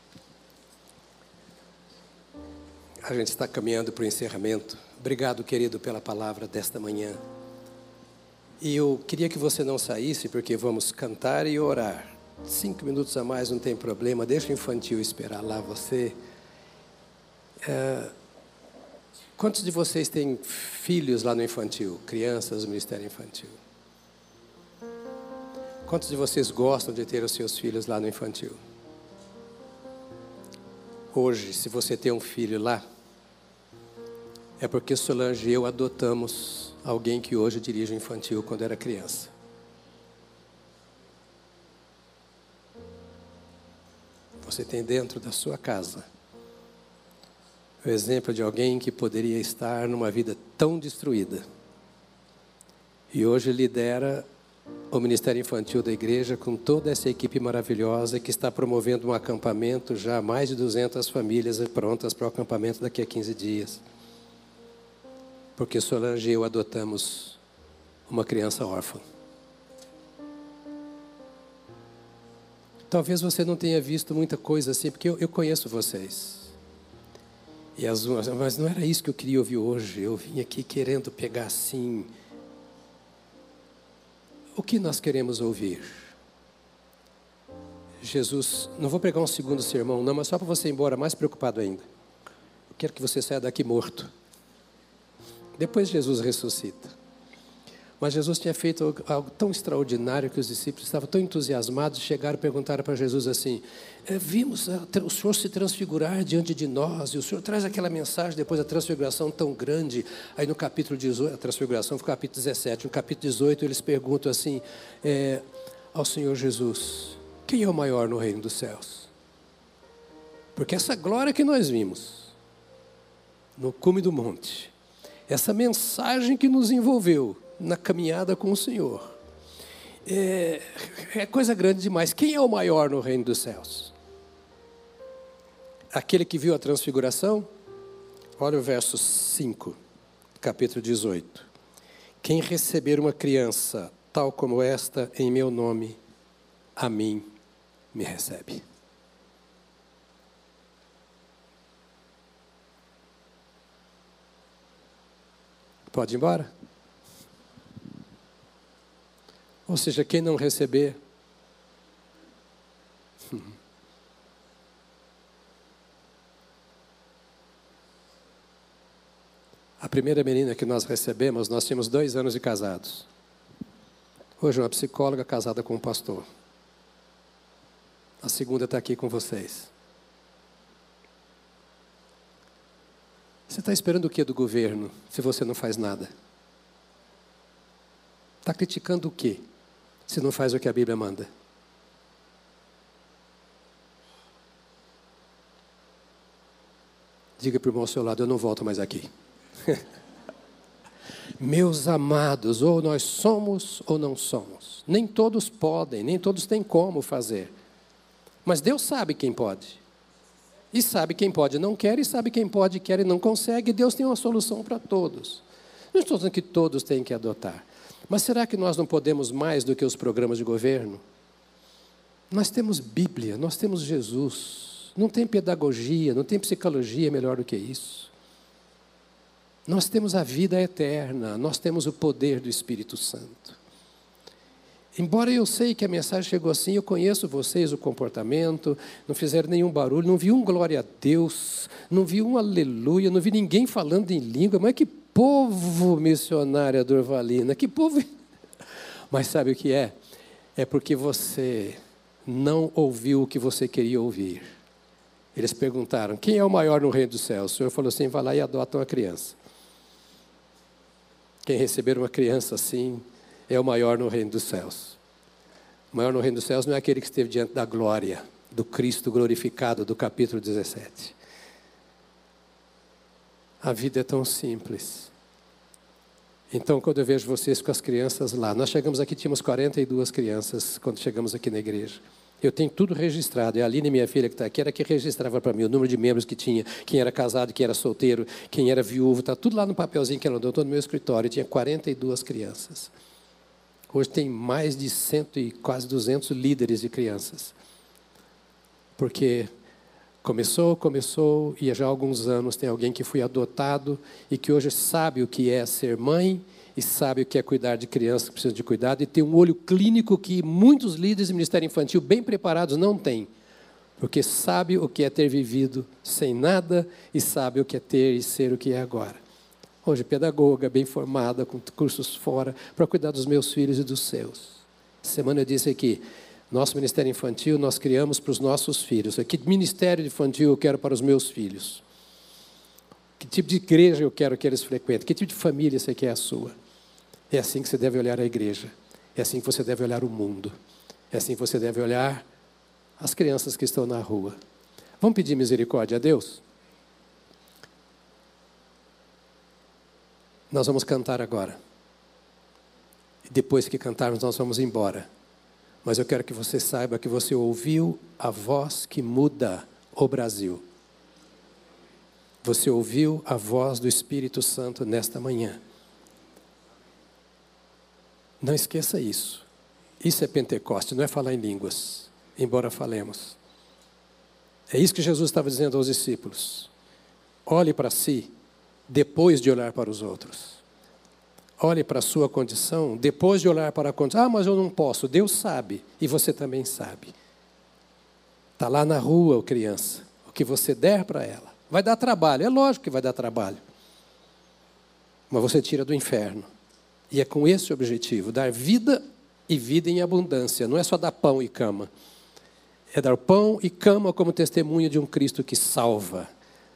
A gente está caminhando para o encerramento. Obrigado, querido, pela palavra desta manhã. E eu queria que você não saísse, porque vamos cantar e orar. 5 minutos a mais, não tem problema. Deixa o infantil esperar lá você. Quantos de vocês têm filhos lá no infantil? Crianças do Ministério Infantil? Quantos de vocês gostam de ter os seus filhos lá no infantil? Hoje, se você tem um filho lá, é porque Solange e eu adotamos alguém que hoje dirige o infantil quando era criança. Você tem dentro da sua casa o exemplo de alguém que poderia estar numa vida tão destruída e hoje lidera o Ministério Infantil da igreja com toda essa equipe maravilhosa que está promovendo um acampamento, já mais de 200 famílias prontas para o acampamento daqui a 15 dias. Porque Solange e eu adotamos uma criança órfã. Talvez você não tenha visto muita coisa assim, porque eu conheço vocês. Mas não era isso que eu queria ouvir hoje. Eu vim aqui querendo pegar assim... O que nós queremos ouvir? Jesus, não vou pregar um segundo sermão, não, mas só para você ir embora mais preocupado ainda. Eu quero que você saia daqui morto. Depois Jesus ressuscita. Mas Jesus tinha feito algo tão extraordinário que os discípulos estavam tão entusiasmados, chegaram e perguntaram para Jesus assim, vimos o Senhor se transfigurar diante de nós, e o Senhor traz aquela mensagem depois da transfiguração tão grande. Aí no capítulo 18, a transfiguração foi no capítulo 17, no capítulo 18 eles perguntam assim, ao Senhor Jesus, quem é o maior no reino dos céus? Porque essa glória que nós vimos, no cume do monte, essa mensagem que nos envolveu na caminhada com o Senhor, é coisa grande demais. Quem é o maior no reino dos céus? Aquele que viu a transfiguração? Olha o verso 5, capítulo 18. Quem receber uma criança tal como esta em meu nome, a mim me recebe. Pode ir embora? Ou seja, quem não receber, a primeira menina que nós recebemos, nós tínhamos 2 anos de casados. Hoje uma psicóloga casada com um pastor. A segunda está aqui com vocês. Você está esperando o que do governo, se você não faz nada? Está criticando o quê, se não faz o que a Bíblia manda? Diga para o irmão ao seu lado, eu não volto mais aqui. Meus amados, ou nós somos ou não somos. Nem todos podem, nem todos têm como fazer. Mas Deus sabe quem pode. E sabe quem pode e não quer, e sabe quem pode, quer e não consegue. Deus tem uma solução para todos. Não estou dizendo que todos têm que adotar. Mas será que nós não podemos mais do que os programas de governo? Nós temos Bíblia, nós temos Jesus. Não tem pedagogia, não tem psicologia melhor do que isso. Nós temos a vida eterna, nós temos o poder do Espírito Santo. Embora eu sei que a mensagem chegou assim, eu conheço vocês, o comportamento, não fizeram nenhum barulho, não vi um glória a Deus, não vi um aleluia, não vi ninguém falando em língua, mas que povo missionário Durvalina, que povo... Mas sabe o que é? É porque você não ouviu o que você queria ouvir. Eles perguntaram, quem é o maior no reino dos céus? O Senhor falou assim, vai lá e adota uma criança. Quem receber uma criança assim, é o maior no reino dos céus. O maior no reino dos céus não é aquele que esteve diante da glória, do Cristo glorificado, do capítulo 17. A vida é tão simples. Então, quando eu vejo vocês com as crianças lá, nós chegamos aqui, tínhamos 42 crianças quando chegamos aqui na igreja. Eu tenho tudo registrado. E a Aline, minha filha que está aqui, era que registrava para mim o número de membros que tinha, quem era casado, quem era solteiro, quem era viúvo, está tudo lá no papelzinho que ela andou, todo no meu escritório. Tinha 42 crianças. Hoje tem mais de 100 e quase 200 líderes de crianças. Porque começou, e já há alguns anos tem alguém que foi adotado e que hoje sabe o que é ser mãe e sabe o que é cuidar de crianças que precisam de cuidado e tem um olho clínico que muitos líderes do Ministério Infantil bem preparados não têm. Porque sabe o que é ter vivido sem nada e sabe o que é ter e ser o que é agora. Hoje, pedagoga, bem formada, com cursos fora, para cuidar dos meus filhos e dos seus. Semana eu disse aqui, nosso ministério infantil nós criamos para os nossos filhos. Que ministério infantil eu quero para os meus filhos? Que tipo de igreja eu quero que eles frequentem? Que tipo de família você quer a sua? É assim que você deve olhar a igreja. É assim que você deve olhar o mundo. É assim que você deve olhar as crianças que estão na rua. Vamos pedir misericórdia a Deus? Nós vamos cantar agora. E depois que cantarmos, nós vamos embora. Mas eu quero que você saiba que você ouviu a voz que muda o Brasil. Você ouviu a voz do Espírito Santo nesta manhã. Não esqueça isso. Isso é Pentecoste, não é falar em línguas, embora falemos. É isso que Jesus estava dizendo aos discípulos. Olhe para si, depois de olhar para os outros. Olhe para a sua condição, depois de olhar para a condição. Ah, mas eu não posso. Deus sabe, e você também sabe. Está lá na rua, criança. O que você der para ela. Vai dar trabalho, é lógico que vai dar trabalho. Mas você tira do inferno. E é com esse objetivo, dar vida e vida em abundância. Não é só dar pão e cama. É dar pão e cama como testemunho de um Cristo que salva.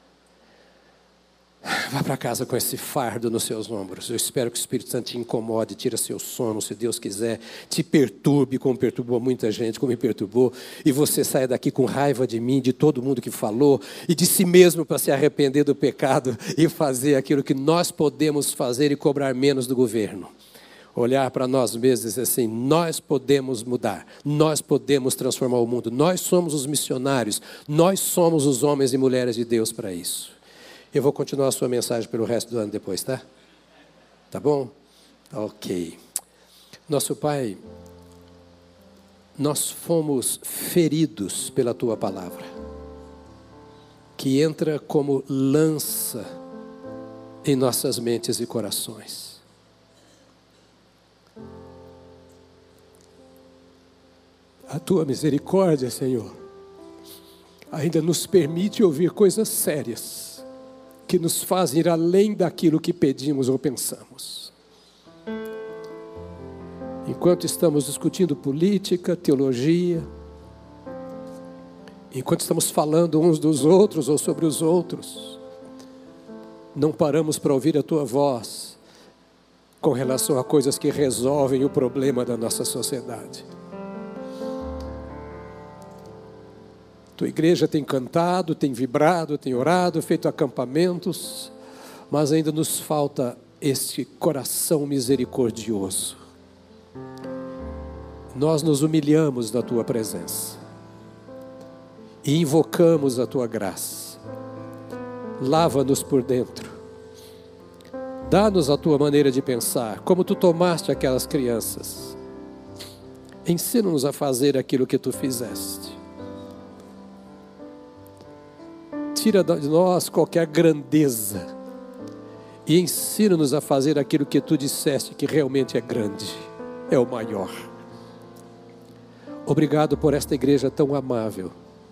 Vá para casa com esse fardo nos seus ombros. Eu espero que o Espírito Santo te incomode, tira seu sono, se Deus quiser, te perturbe, como perturbou muita gente, como me perturbou, e você saia daqui com raiva de mim, de todo mundo que falou, e de si mesmo para se arrepender do pecado e fazer aquilo que nós podemos fazer e cobrar menos do governo. Olhar para nós mesmos e dizer assim, nós podemos mudar, nós podemos transformar o mundo, nós somos os missionários, nós somos os homens e mulheres de Deus para isso. Eu vou continuar a sua mensagem pelo resto do ano depois, tá? Tá bom? Ok. Nosso Pai, nós fomos feridos pela Tua palavra, que entra como lança em nossas mentes e corações. A Tua misericórdia, Senhor, ainda nos permite ouvir coisas sérias, que nos fazem ir além daquilo que pedimos ou pensamos. Enquanto estamos discutindo política, teologia, enquanto estamos falando uns dos outros ou sobre os outros, não paramos para ouvir a Tua voz com relação a coisas que resolvem o problema da nossa sociedade. Tua igreja tem cantado, tem vibrado, tem orado, feito acampamentos, mas ainda nos falta este coração misericordioso. Nós nos humilhamos na Tua presença e invocamos a Tua graça. Lava-nos por dentro. Dá-nos a Tua maneira de pensar, como Tu tomaste aquelas crianças. Ensina-nos a fazer aquilo que Tu fizeste. Tira de nós qualquer grandeza e ensina-nos a fazer aquilo que Tu disseste que realmente é grande, é o maior. Obrigado por esta igreja tão amável.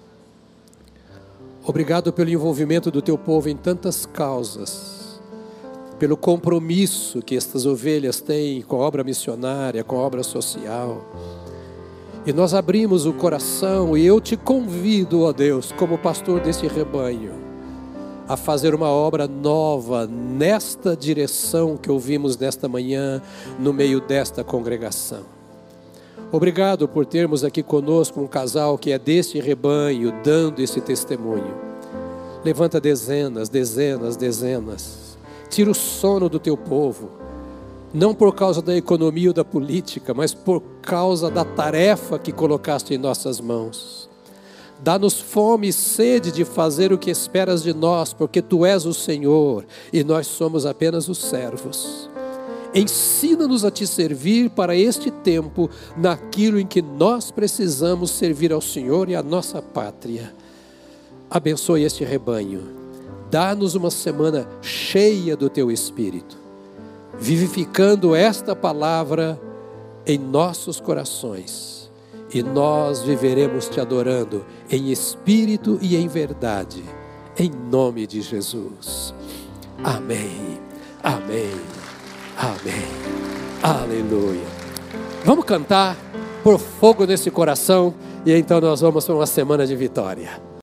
Obrigado pelo envolvimento do Teu povo em tantas causas, pelo compromisso que estas ovelhas têm com a obra missionária, com a obra social. E nós abrimos o coração e eu te convido, ó Deus, como pastor desse rebanho, a fazer uma obra nova nesta direção que ouvimos nesta manhã, no meio desta congregação. Obrigado por termos aqui conosco um casal que é deste rebanho, dando esse testemunho. Levanta dezenas, dezenas, dezenas. Tira o sono do Teu povo. Não por causa da economia ou da política, mas por causa da tarefa que colocaste em nossas mãos. Dá-nos fome e sede de fazer o que esperas de nós, porque Tu és o Senhor e nós somos apenas os servos. Ensina-nos a Te servir para este tempo, naquilo em que nós precisamos servir ao Senhor e à nossa pátria. Abençoe este rebanho. Dá-nos uma semana cheia do Teu Espírito, vivificando esta palavra em nossos corações, e nós viveremos Te adorando em espírito e em verdade, em nome de Jesus. Amém, amém, amém, aleluia. Vamos cantar. pôr fogo nesse coração e então nós vamos para uma semana de vitória.